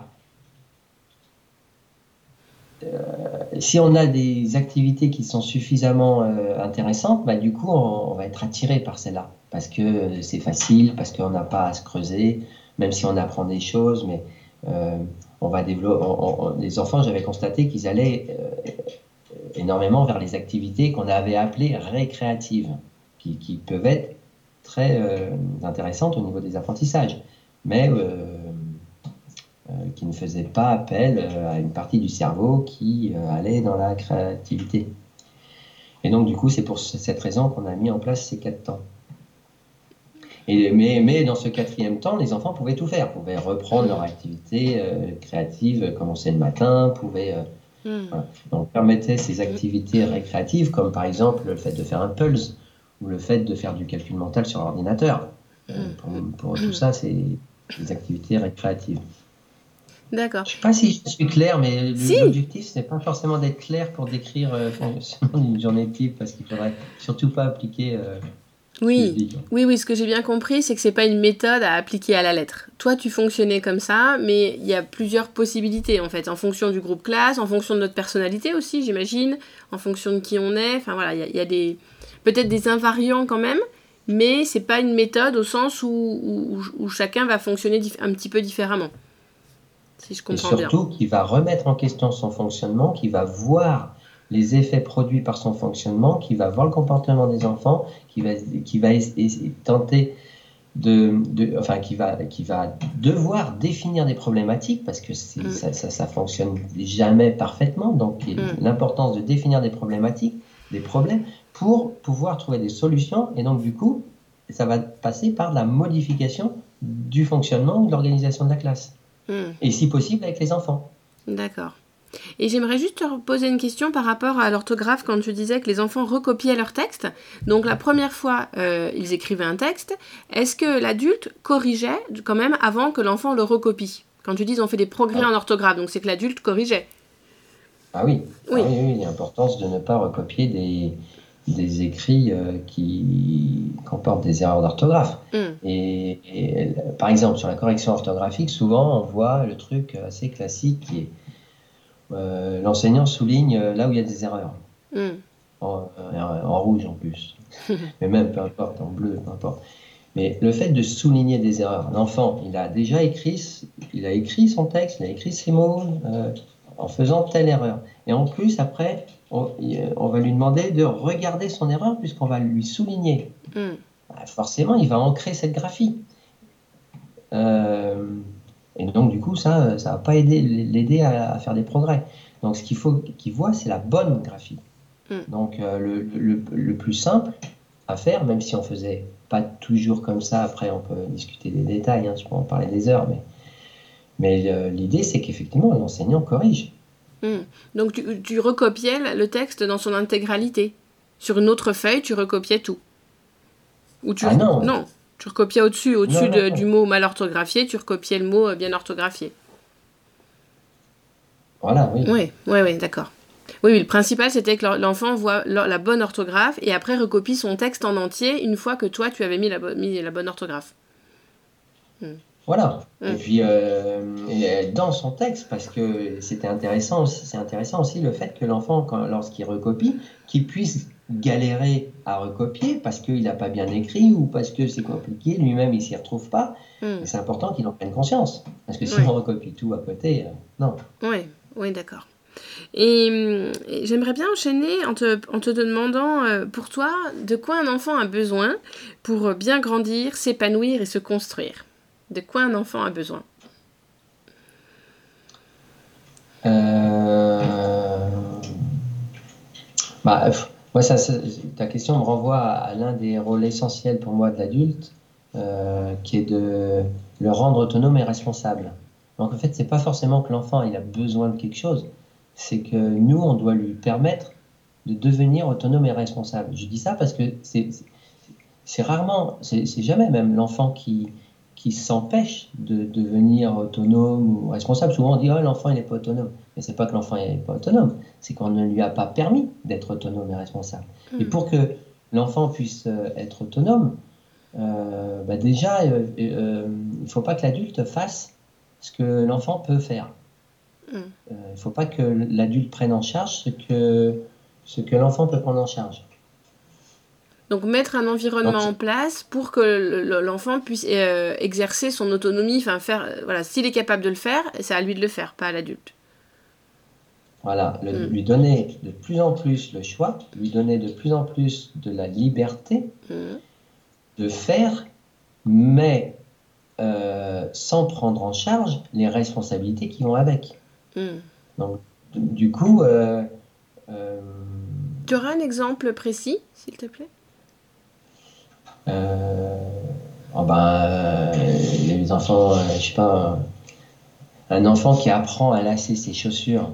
si on a des activités qui sont suffisamment intéressantes, bah, du coup, on va être attiré par celles-là. Parce que c'est facile, parce qu'on n'a pas à se creuser, même si on apprend des choses, mais on va développer. Les enfants, j'avais constaté qu'ils allaient énormément vers les activités qu'on avait appelées récréatives, qui peuvent être très intéressantes au niveau des apprentissages, mais qui ne faisaient pas appel à une partie du cerveau qui allait dans la créativité. Et donc, du coup, c'est pour cette raison qu'on a mis en place ces 4 temps. Mais dans ce 4e temps, les enfants pouvaient tout faire, pouvaient reprendre leur activité créative, commencer le matin, pouvaient... Voilà. Donc, on permettait ces activités récréatives, comme par exemple le fait de faire un pulse, ou le fait de faire du calcul mental sur l'ordinateur. Pour tout ça, c'est des activités récréatives. D'accord. Je ne sais pas si je suis clair, mais l'objectif, ce n'est pas forcément d'être clair pour décrire le fonctionnement d'une journée type, parce qu'il ne faudrait surtout pas appliquer ce que je dis. Oui, ce que j'ai bien compris, c'est que ce n'est pas une méthode à appliquer à la lettre. Toi, tu fonctionnais comme ça, mais il y a plusieurs possibilités, en fait, en fonction du groupe classe, en fonction de notre personnalité aussi, j'imagine, en fonction de qui on est. Enfin, voilà, il y a peut-être des invariants quand même, mais ce n'est pas une méthode au sens où chacun va fonctionner un petit peu différemment. Si je comprends bien. Et surtout, qui va remettre en question son fonctionnement, qui va voir les effets produits par son fonctionnement, qui va voir le comportement des enfants, qui va tenter qui va devoir définir des problématiques, parce que ça fonctionne jamais parfaitement. Donc, l'importance de définir des problématiques, des problèmes, pour pouvoir trouver des solutions. Et donc, du coup, ça va passer par la modification du fonctionnement ou de l'organisation de la classe. Et si possible avec les enfants. D'accord. Et j'aimerais juste te poser une question par rapport à l'orthographe quand tu disais que les enfants recopiaient leur texte. Donc la première fois, ils écrivaient un texte. Est-ce que l'adulte corrigeait quand même avant que l'enfant le recopie? Quand tu dis on fait des progrès en orthographe, donc c'est que l'adulte corrigeait. Ah oui. Oui, il y a l'importance de ne pas recopier des écrits qui comportent des erreurs d'orthographe. Et par exemple, sur la correction orthographique, souvent on voit le truc assez classique qui est l'enseignant souligne là où il y a des erreurs. En rouge en plus. Mais même, peu importe, en bleu, peu importe. Mais le fait de souligner des erreurs, l'enfant, il a déjà écrit son texte, il a écrit ses mots en faisant telle erreur. Et en plus, après, on va lui demander de regarder son erreur puisqu'on va lui souligner. Forcément, il va ancrer cette graphie. Et donc, du coup, ça va pas l'aider à faire des progrès. Donc, ce qu'il faut qu'il voit, c'est la bonne graphie. Donc, le plus simple à faire, même si on faisait pas toujours comme ça, après, on peut discuter des détails, je peux en parler des heures, mais l'idée, c'est qu'effectivement, l'enseignant corrige. Donc, tu recopiais le texte dans son intégralité. Sur une autre feuille, tu recopiais tout. Ou non. Tu recopiais au-dessus du mot mal orthographié, tu recopiais le mot bien orthographié. Voilà, oui. Oui, d'accord. Oui, le principal, c'était que l'enfant voit la bonne orthographe et après recopie son texte en entier une fois que toi, tu avais mis la bonne orthographe. Voilà. Et puis, dans son texte, parce que c'est intéressant aussi le fait que l'enfant, lorsqu'il recopie, qu'il puisse galérer à recopier parce qu'il n'a pas bien écrit ou parce que c'est compliqué, lui-même, il ne s'y retrouve pas. Et c'est important qu'il en prenne conscience. Parce que si on recopie tout à côté, non. Oui, d'accord. Et j'aimerais bien enchaîner en te demandant, pour toi, de quoi un enfant a besoin pour bien grandir, s'épanouir et se construire. De quoi un enfant a besoin? Moi, ta question me renvoie à l'un des rôles essentiels pour moi de l'adulte, qui est de le rendre autonome et responsable. Donc en fait, c'est pas forcément que l'enfant il a besoin de quelque chose, c'est que nous, on doit lui permettre de devenir autonome et responsable. Je dis ça parce que c'est rarement, c'est jamais même l'enfant qui s'empêche de devenir autonome ou responsable. Souvent on dit, oh, l'enfant il n'est pas autonome. Mais c'est pas que l'enfant n'est pas autonome, c'est qu'on ne lui a pas permis d'être autonome et responsable. Et pour que l'enfant puisse être autonome, déjà, il ne faut pas que l'adulte fasse ce que l'enfant peut faire. Il ne faut pas que l'adulte prenne en charge ce que l'enfant peut prendre en charge. Donc mettre un environnement en place pour que l'enfant puisse exercer son autonomie, enfin voilà, s'il est capable de le faire, c'est à lui de le faire, pas à l'adulte. Voilà, lui donner de plus en plus le choix, lui donner de plus en plus de la liberté de faire, mais sans prendre en charge les responsabilités qui vont avec. Donc, du coup... tu auras un exemple précis, s'il te plaît? Les enfants, je sais pas, un enfant qui apprend à lasser ses chaussures,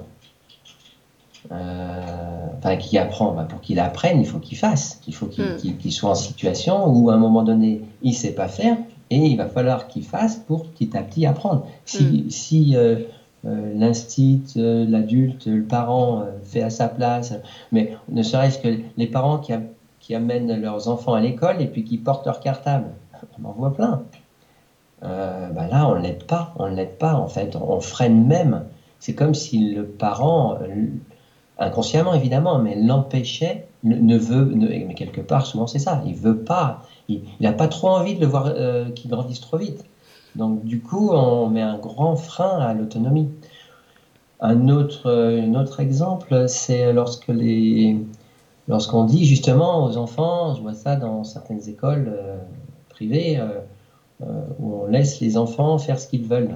qui apprend, pour qu'il apprenne, il faut qu'il fasse, il faut qu'il soit en situation où à un moment donné, il sait pas faire et il va falloir qu'il fasse pour petit à petit apprendre. Si l'instit, l'adulte, le parent fait à sa place, mais ne serait-ce que les parents qui amènent leurs enfants à l'école et puis qui portent leur cartable. On en voit plein. Là, on ne l'aide pas, en fait. On freine même. C'est comme si le parent, inconsciemment évidemment, mais l'empêchait, mais quelque part, souvent c'est ça, il veut pas, il n'a pas trop envie de le voir qu'il grandisse trop vite. Donc du coup, on met un grand frein à l'autonomie. Un autre exemple, c'est lorsqu'on dit justement aux enfants, je vois ça dans certaines écoles privées, où on laisse les enfants faire ce qu'ils veulent.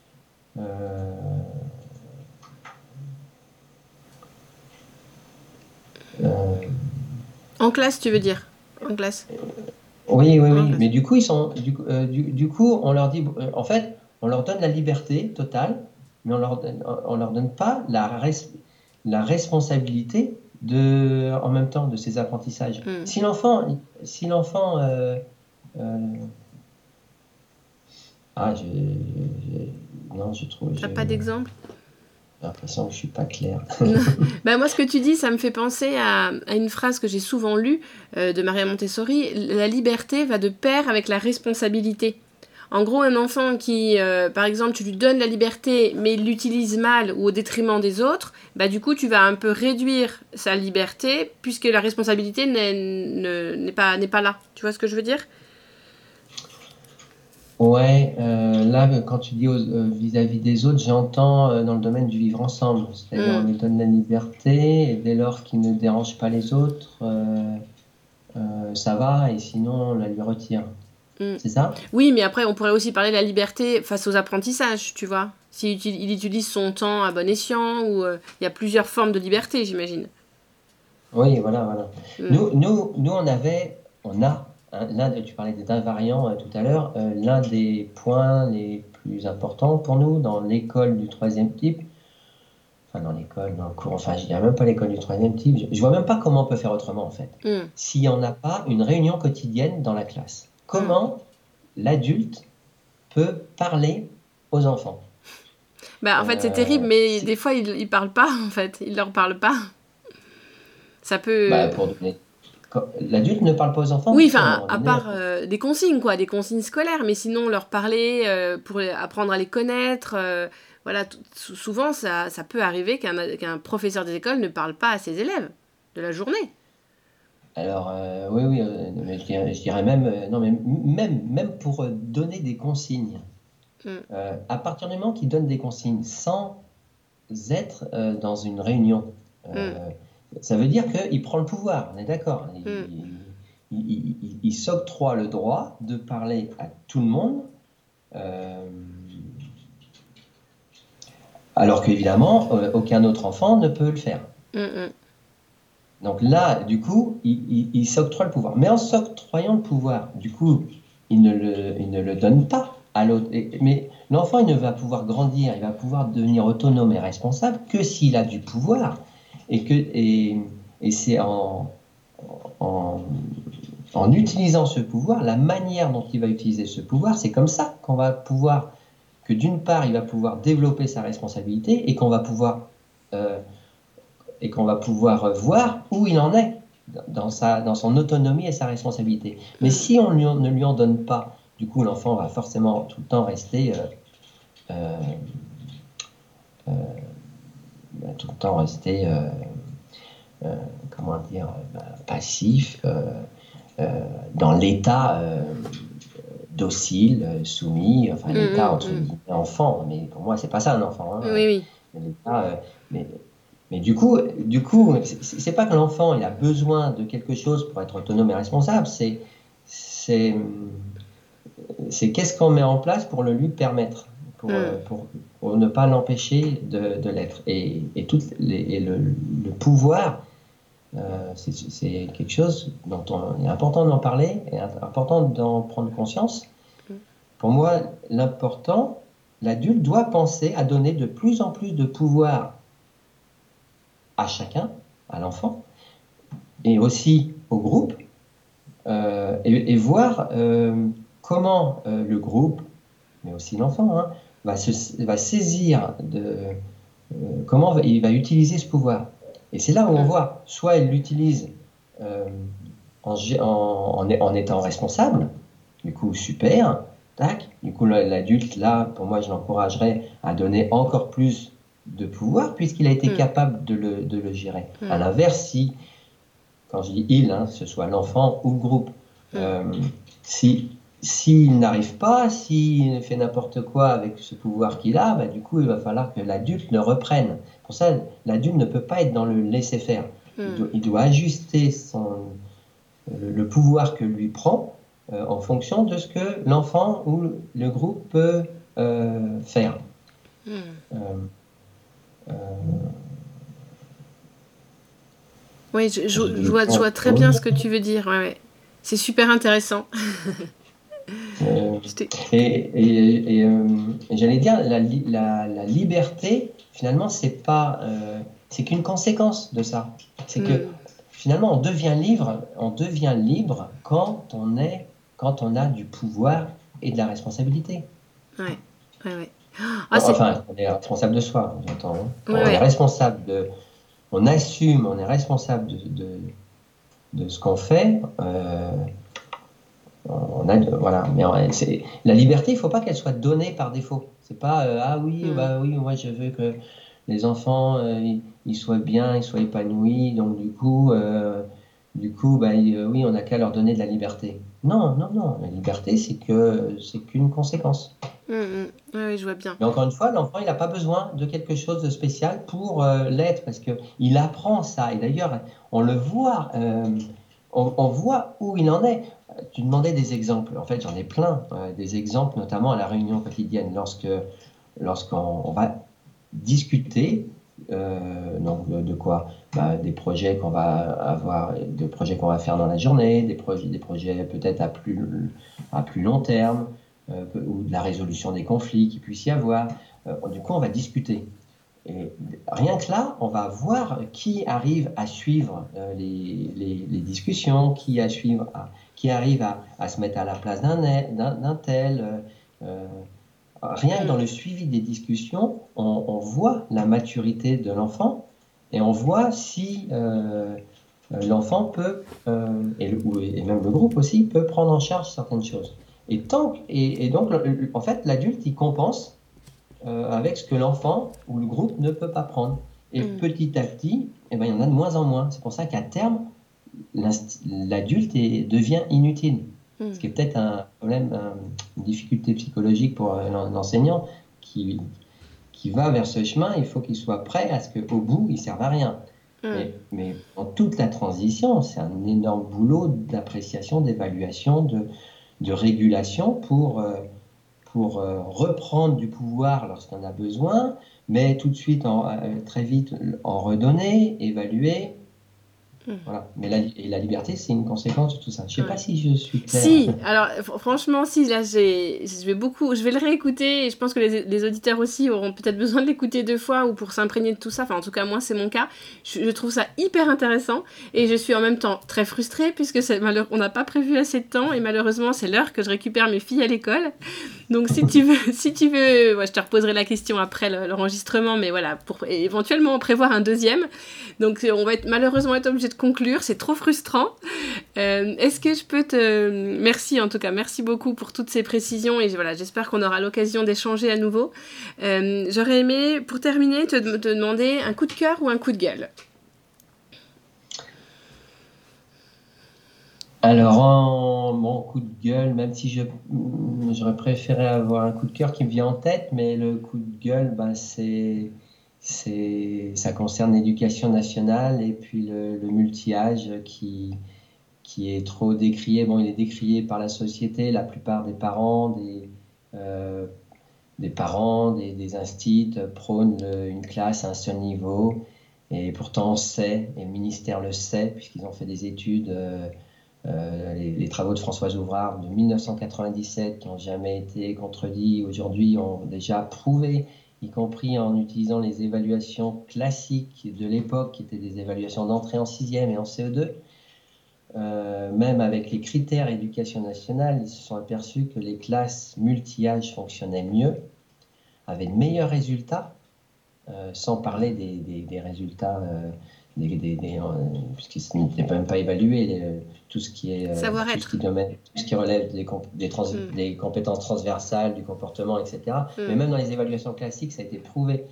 En classe, tu veux dire? En classe. Oui. Mais du coup, on leur dit, en fait, on leur donne la liberté totale, mais on leur donne pas la responsabilité en même temps de ces apprentissages. Si l'enfant, non, je trouve. T'as pas d'exemple? J'ai l'impression que je suis pas clair. Moi, ce que tu dis, ça me fait penser à une phrase que j'ai souvent lue de Maria Montessori. La liberté va de pair avec la responsabilité. En gros, un enfant qui, par exemple, tu lui donnes la liberté, mais il l'utilise mal ou au détriment des autres, du coup, tu vas un peu réduire sa liberté, puisque la responsabilité n'est pas là. Tu vois ce que je veux dire? Ouais, là, quand tu dis vis-à-vis des autres, j'entends dans le domaine du vivre ensemble. C'est-à-dire, on lui donne la liberté, et dès lors qu'il ne dérange pas les autres, ça va, et sinon, on la lui retire. C'est ça? Oui, mais après, on pourrait aussi parler de la liberté face aux apprentissages, tu vois. S'il utilise son temps à bon escient, ou il y a plusieurs formes de liberté, j'imagine. Oui, voilà. Nous, on a, tu parlais d'invariants tout à l'heure, l'un des points les plus importants pour nous dans l'école du 3e type, dans le cours, je dirais même pas l'école du 3e type, je vois même pas comment on peut faire autrement en fait. Si on n'a pas une réunion quotidienne dans la classe, comment l'adulte peut parler aux enfants? En fait, c'est terrible, mais des fois, il parle pas, en fait. Il leur parle pas. Ça peut... L'adulte ne parle pas aux enfants? Oui, à part des consignes, quoi, des consignes scolaires, mais sinon, leur parler pour apprendre à les connaître... voilà, souvent, ça peut arriver qu'un professeur des écoles ne parle pas à ses élèves de la journée. Alors, oui, mais je dirais même, non, mais même pour donner des consignes, à partir du moment qu'il donne des consignes sans être dans une réunion, ça veut dire qu'il prend le pouvoir, on est d'accord. Il s'octroie le droit de parler à tout le monde, alors qu'évidemment, aucun autre enfant ne peut le faire. Donc là, du coup, il s'octroie le pouvoir. Mais en s'octroyant le pouvoir, du coup, il ne le donne pas à l'autre. Mais l'enfant, il ne va pouvoir grandir, il va pouvoir devenir autonome et responsable que s'il a du pouvoir. Et c'est en, en utilisant ce pouvoir, la manière dont il va utiliser ce pouvoir, c'est comme ça qu'on va pouvoir, que d'une part, il va pouvoir développer sa responsabilité et qu'on va pouvoir voir où il en est dans son autonomie et sa responsabilité. Mais si on ne lui en donne pas, du coup, l'enfant va forcément tout le temps rester tout le temps rester comment dire passif dans l'état docile, soumis, enfin l'état entre guillemets enfant, mais pour moi c'est pas ça un enfant, hein. Oui. L'état, mais du coup, c'est pas que l'enfant il a besoin de quelque chose pour être autonome et responsable, c'est qu'est-ce qu'on met en place pour le lui permettre, pour ne pas l'empêcher de l'être. Et le pouvoir, c'est quelque chose dont il est important d'en parler, et important d'en prendre conscience. Pour moi, l'adulte doit penser à donner de plus en plus de pouvoir à chacun, à l'enfant, et aussi au groupe, et voir comment le groupe, mais aussi l'enfant, hein, va saisir comment il va utiliser ce pouvoir. Et c'est là où on voit, soit il l'utilise en étant responsable, du coup super, tac, du coup l'adulte, là, pour moi, je l'encouragerais à donner encore plus de pouvoir, puisqu'il a été capable de le gérer. À l'inverse, si, quand je dis il, hein, ce soit l'enfant ou le groupe, s'il n'arrive pas, s'il fait n'importe quoi avec ce pouvoir qu'il a, bah, du coup, il va falloir que l'adulte le reprenne. Pour ça, l'adulte ne peut pas être dans le laisser-faire. Il doit ajuster le pouvoir que lui prend en fonction de ce que l'enfant ou le groupe peut faire. Oui, je vois très bien ce que tu veux dire. Ouais. C'est super intéressant. Et j'allais dire, la liberté, finalement, c'est qu'une conséquence de ça. C'est que finalement, on devient libre quand on a du pouvoir et de la responsabilité. Ouais. Enfin, on est responsable de soi, j'entends. Hein. On est responsable on assume, on est responsable de ce qu'on fait. Voilà, mais la liberté, il ne faut pas qu'elle soit donnée par défaut. C'est pas ah oui, bah oui, moi je veux que les enfants ils soient bien, ils soient épanouis, donc du coup bah, oui, on n'a qu'à leur donner de la liberté. Non, la liberté c'est qu'une conséquence. Oui, je vois bien. Mais encore une fois, l'enfant il n'a pas besoin de quelque chose de spécial pour l'être, parce que il apprend ça. Et d'ailleurs, on le voit. On voit où il en est. Tu demandais des exemples. En fait, j'en ai plein. Des exemples, notamment à la réunion quotidienne, lorsqu'on va discuter donc de quoi des projets qu'on va avoir, des projets qu'on va faire dans la journée, des projets peut-être à plus long terme, ou de la résolution des conflits qu'il puisse y avoir. Du coup, on va discuter. Et rien que là, on va voir qui arrive à suivre les discussions, qui arrive à se mettre à la place d'un tel. Rien que dans le suivi des discussions, on voit la maturité de l'enfant et on voit si l'enfant peut, et même le groupe aussi, peut prendre en charge certaines choses. Et donc, en fait, l'adulte, il compense avec ce que l'enfant ou le groupe ne peut pas prendre. Et petit à petit, il y en a de moins en moins. C'est pour ça qu'à terme, l'adulte devient inutile. Ce qui est peut-être un problème, une difficulté psychologique pour l'enseignant qui va vers ce chemin. Il faut qu'il soit prêt à ce qu'au bout, il ne serve à rien. Mais dans toute la transition, c'est un énorme boulot d'appréciation, d'évaluation, de régulation pour reprendre du pouvoir lorsqu'on a besoin, mais tout de suite, très vite, en redonner, évaluer, Voilà. Mais la liberté, c'est une conséquence de tout ça. Je sais pas si je suis claire. Si, alors franchement, si, là, je vais le réécouter et je pense que les auditeurs aussi auront peut-être besoin de l'écouter 2 fois ou pour s'imprégner de tout ça. Enfin, en tout cas, moi, c'est mon cas. Je trouve ça hyper intéressant et je suis en même temps très frustrée puisque on n'a pas prévu assez de temps et malheureusement, c'est l'heure que je récupère mes filles à l'école. Donc, si tu veux, je te reposerai la question après l'enregistrement, mais voilà, pour éventuellement en prévoir un deuxième. Donc, on va malheureusement être obligé de conclure. C'est trop frustrant. Est-ce que je peux Merci en tout cas, merci beaucoup pour toutes ces précisions et voilà, j'espère qu'on aura l'occasion d'échanger à nouveau. J'aurais aimé, pour terminer, te demander un coup de cœur ou un coup de gueule. Alors, mon coup de gueule, même si j'aurais préféré avoir un coup de cœur qui me vient en tête, mais le coup de gueule, ça concerne l'éducation nationale et puis le multi-âge qui est trop décrié. Bon, il est décrié par la société, la plupart des parents, des instits prônent une classe à un seul niveau. Et pourtant, on sait, et le ministère le sait, puisqu'ils ont fait des études, les travaux de Françoise Ouvrard de 1997, qui n'ont jamais été contredits, aujourd'hui ont déjà prouvé, y compris en utilisant les évaluations classiques de l'époque, qui étaient des évaluations d'entrée en 6e et en CE2, même avec les critères éducation nationale, ils se sont aperçus que les classes multi-âges fonctionnaient mieux, avaient de meilleurs résultats, sans parler des résultats, puisque ce n'était même pas évalué, tout ce qui est tout ce qui relève des compétences transversales, du comportement, etc. Mais même dans les évaluations classiques, ça a été prouvé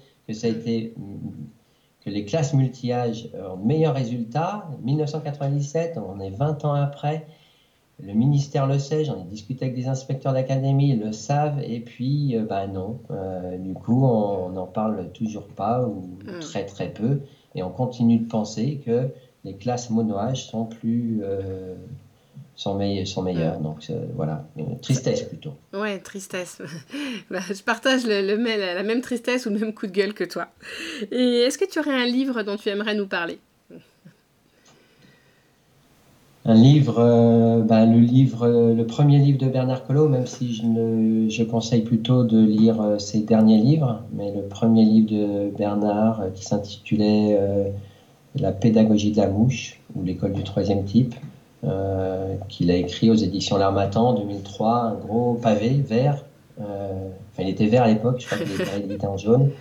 que les classes multi-âges ont de meilleurs résultats. 1997, on est 20 ans après, le ministère le sait, j'en ai discuté avec des inspecteurs d'académie, ils le savent, et puis non. Du coup, on n'en parle toujours pas, ou très très peu, et on continue de penser que les classes mono-âges sont meilleures. Donc voilà, tristesse plutôt. Ouais, tristesse. Je partage la même tristesse ou le même coup de gueule que toi. Et est-ce que tu aurais un livre dont tu aimerais nous parler ? Un livre, le premier livre de Bernard Collot, même si je conseille plutôt de lire ses derniers livres, mais le premier livre de Bernard qui s'intitulait La pédagogie de la mouche, ou l'école du troisième type, qu'il a écrit aux éditions L'Harmattan en 2003, un gros pavé vert, il était vert à l'époque, je crois qu'il était édité en jaune.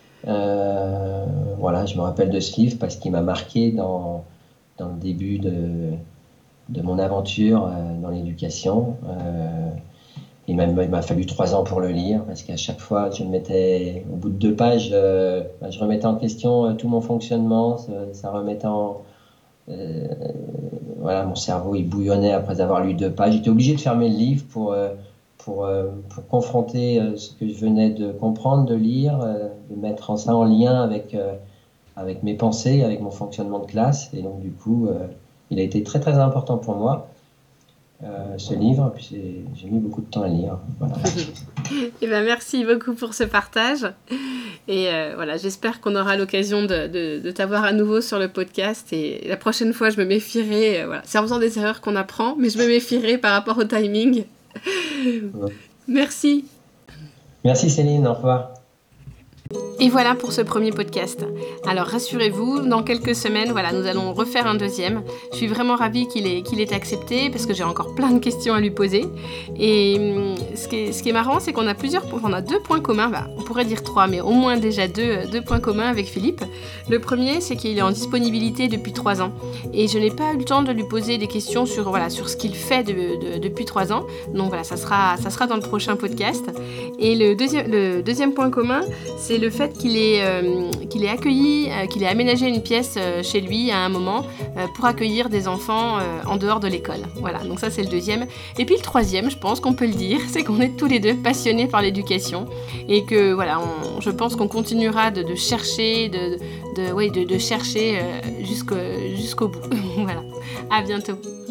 Voilà, je me rappelle de ce livre parce qu'il m'a marqué dans le début de mon aventure dans l'éducation. Il m'a fallu 3 ans pour le lire, parce qu'à chaque fois, je me mettais, au bout de 2 pages, je remettais en question tout mon fonctionnement, ça remettait voilà, mon cerveau, il bouillonnait après avoir lu 2 pages. J'étais obligé de fermer le livre pour confronter ce que je venais de comprendre, de lire, de mettre ça en lien avec mes pensées, avec mon fonctionnement de classe. Et donc, du coup, il a été très, très important pour moi, ce livre. Puis j'ai mis beaucoup de temps à lire. Voilà. Eh ben, merci beaucoup pour ce partage. Et voilà, j'espère qu'on aura l'occasion de t'avoir à nouveau sur le podcast. Et la prochaine fois, je me méfierai. Voilà. C'est en faisant des erreurs qu'on apprend, mais je me méfierai par rapport au timing. Ouais. Merci. Merci Céline, au revoir. Et voilà pour ce premier podcast. Alors rassurez-vous, dans quelques semaines, voilà, nous allons refaire un deuxième. Je suis vraiment ravie qu'il ait accepté parce que j'ai encore plein de questions à lui poser. Et ce qui est marrant, c'est qu'on a 2 points communs. On pourrait dire 3, mais au moins déjà 2 points communs avec Philippe. Le premier, c'est qu'il est en disponibilité depuis 3 ans. Et je n'ai pas eu le temps de lui poser des questions sur ce qu'il fait depuis 3 ans. Donc voilà, ça sera dans le prochain podcast. Et le deuxième point commun, c'est le fait qu'il ait accueilli, qu'il ait aménagé une pièce chez lui à un moment pour accueillir des enfants en dehors de l'école. Voilà, donc ça c'est le deuxième. Et puis le troisième, je pense qu'on peut le dire, c'est qu'on est tous les deux passionnés par l'éducation et que voilà, je pense qu'on continuera de chercher, de chercher jusqu'au bout. Voilà, à bientôt.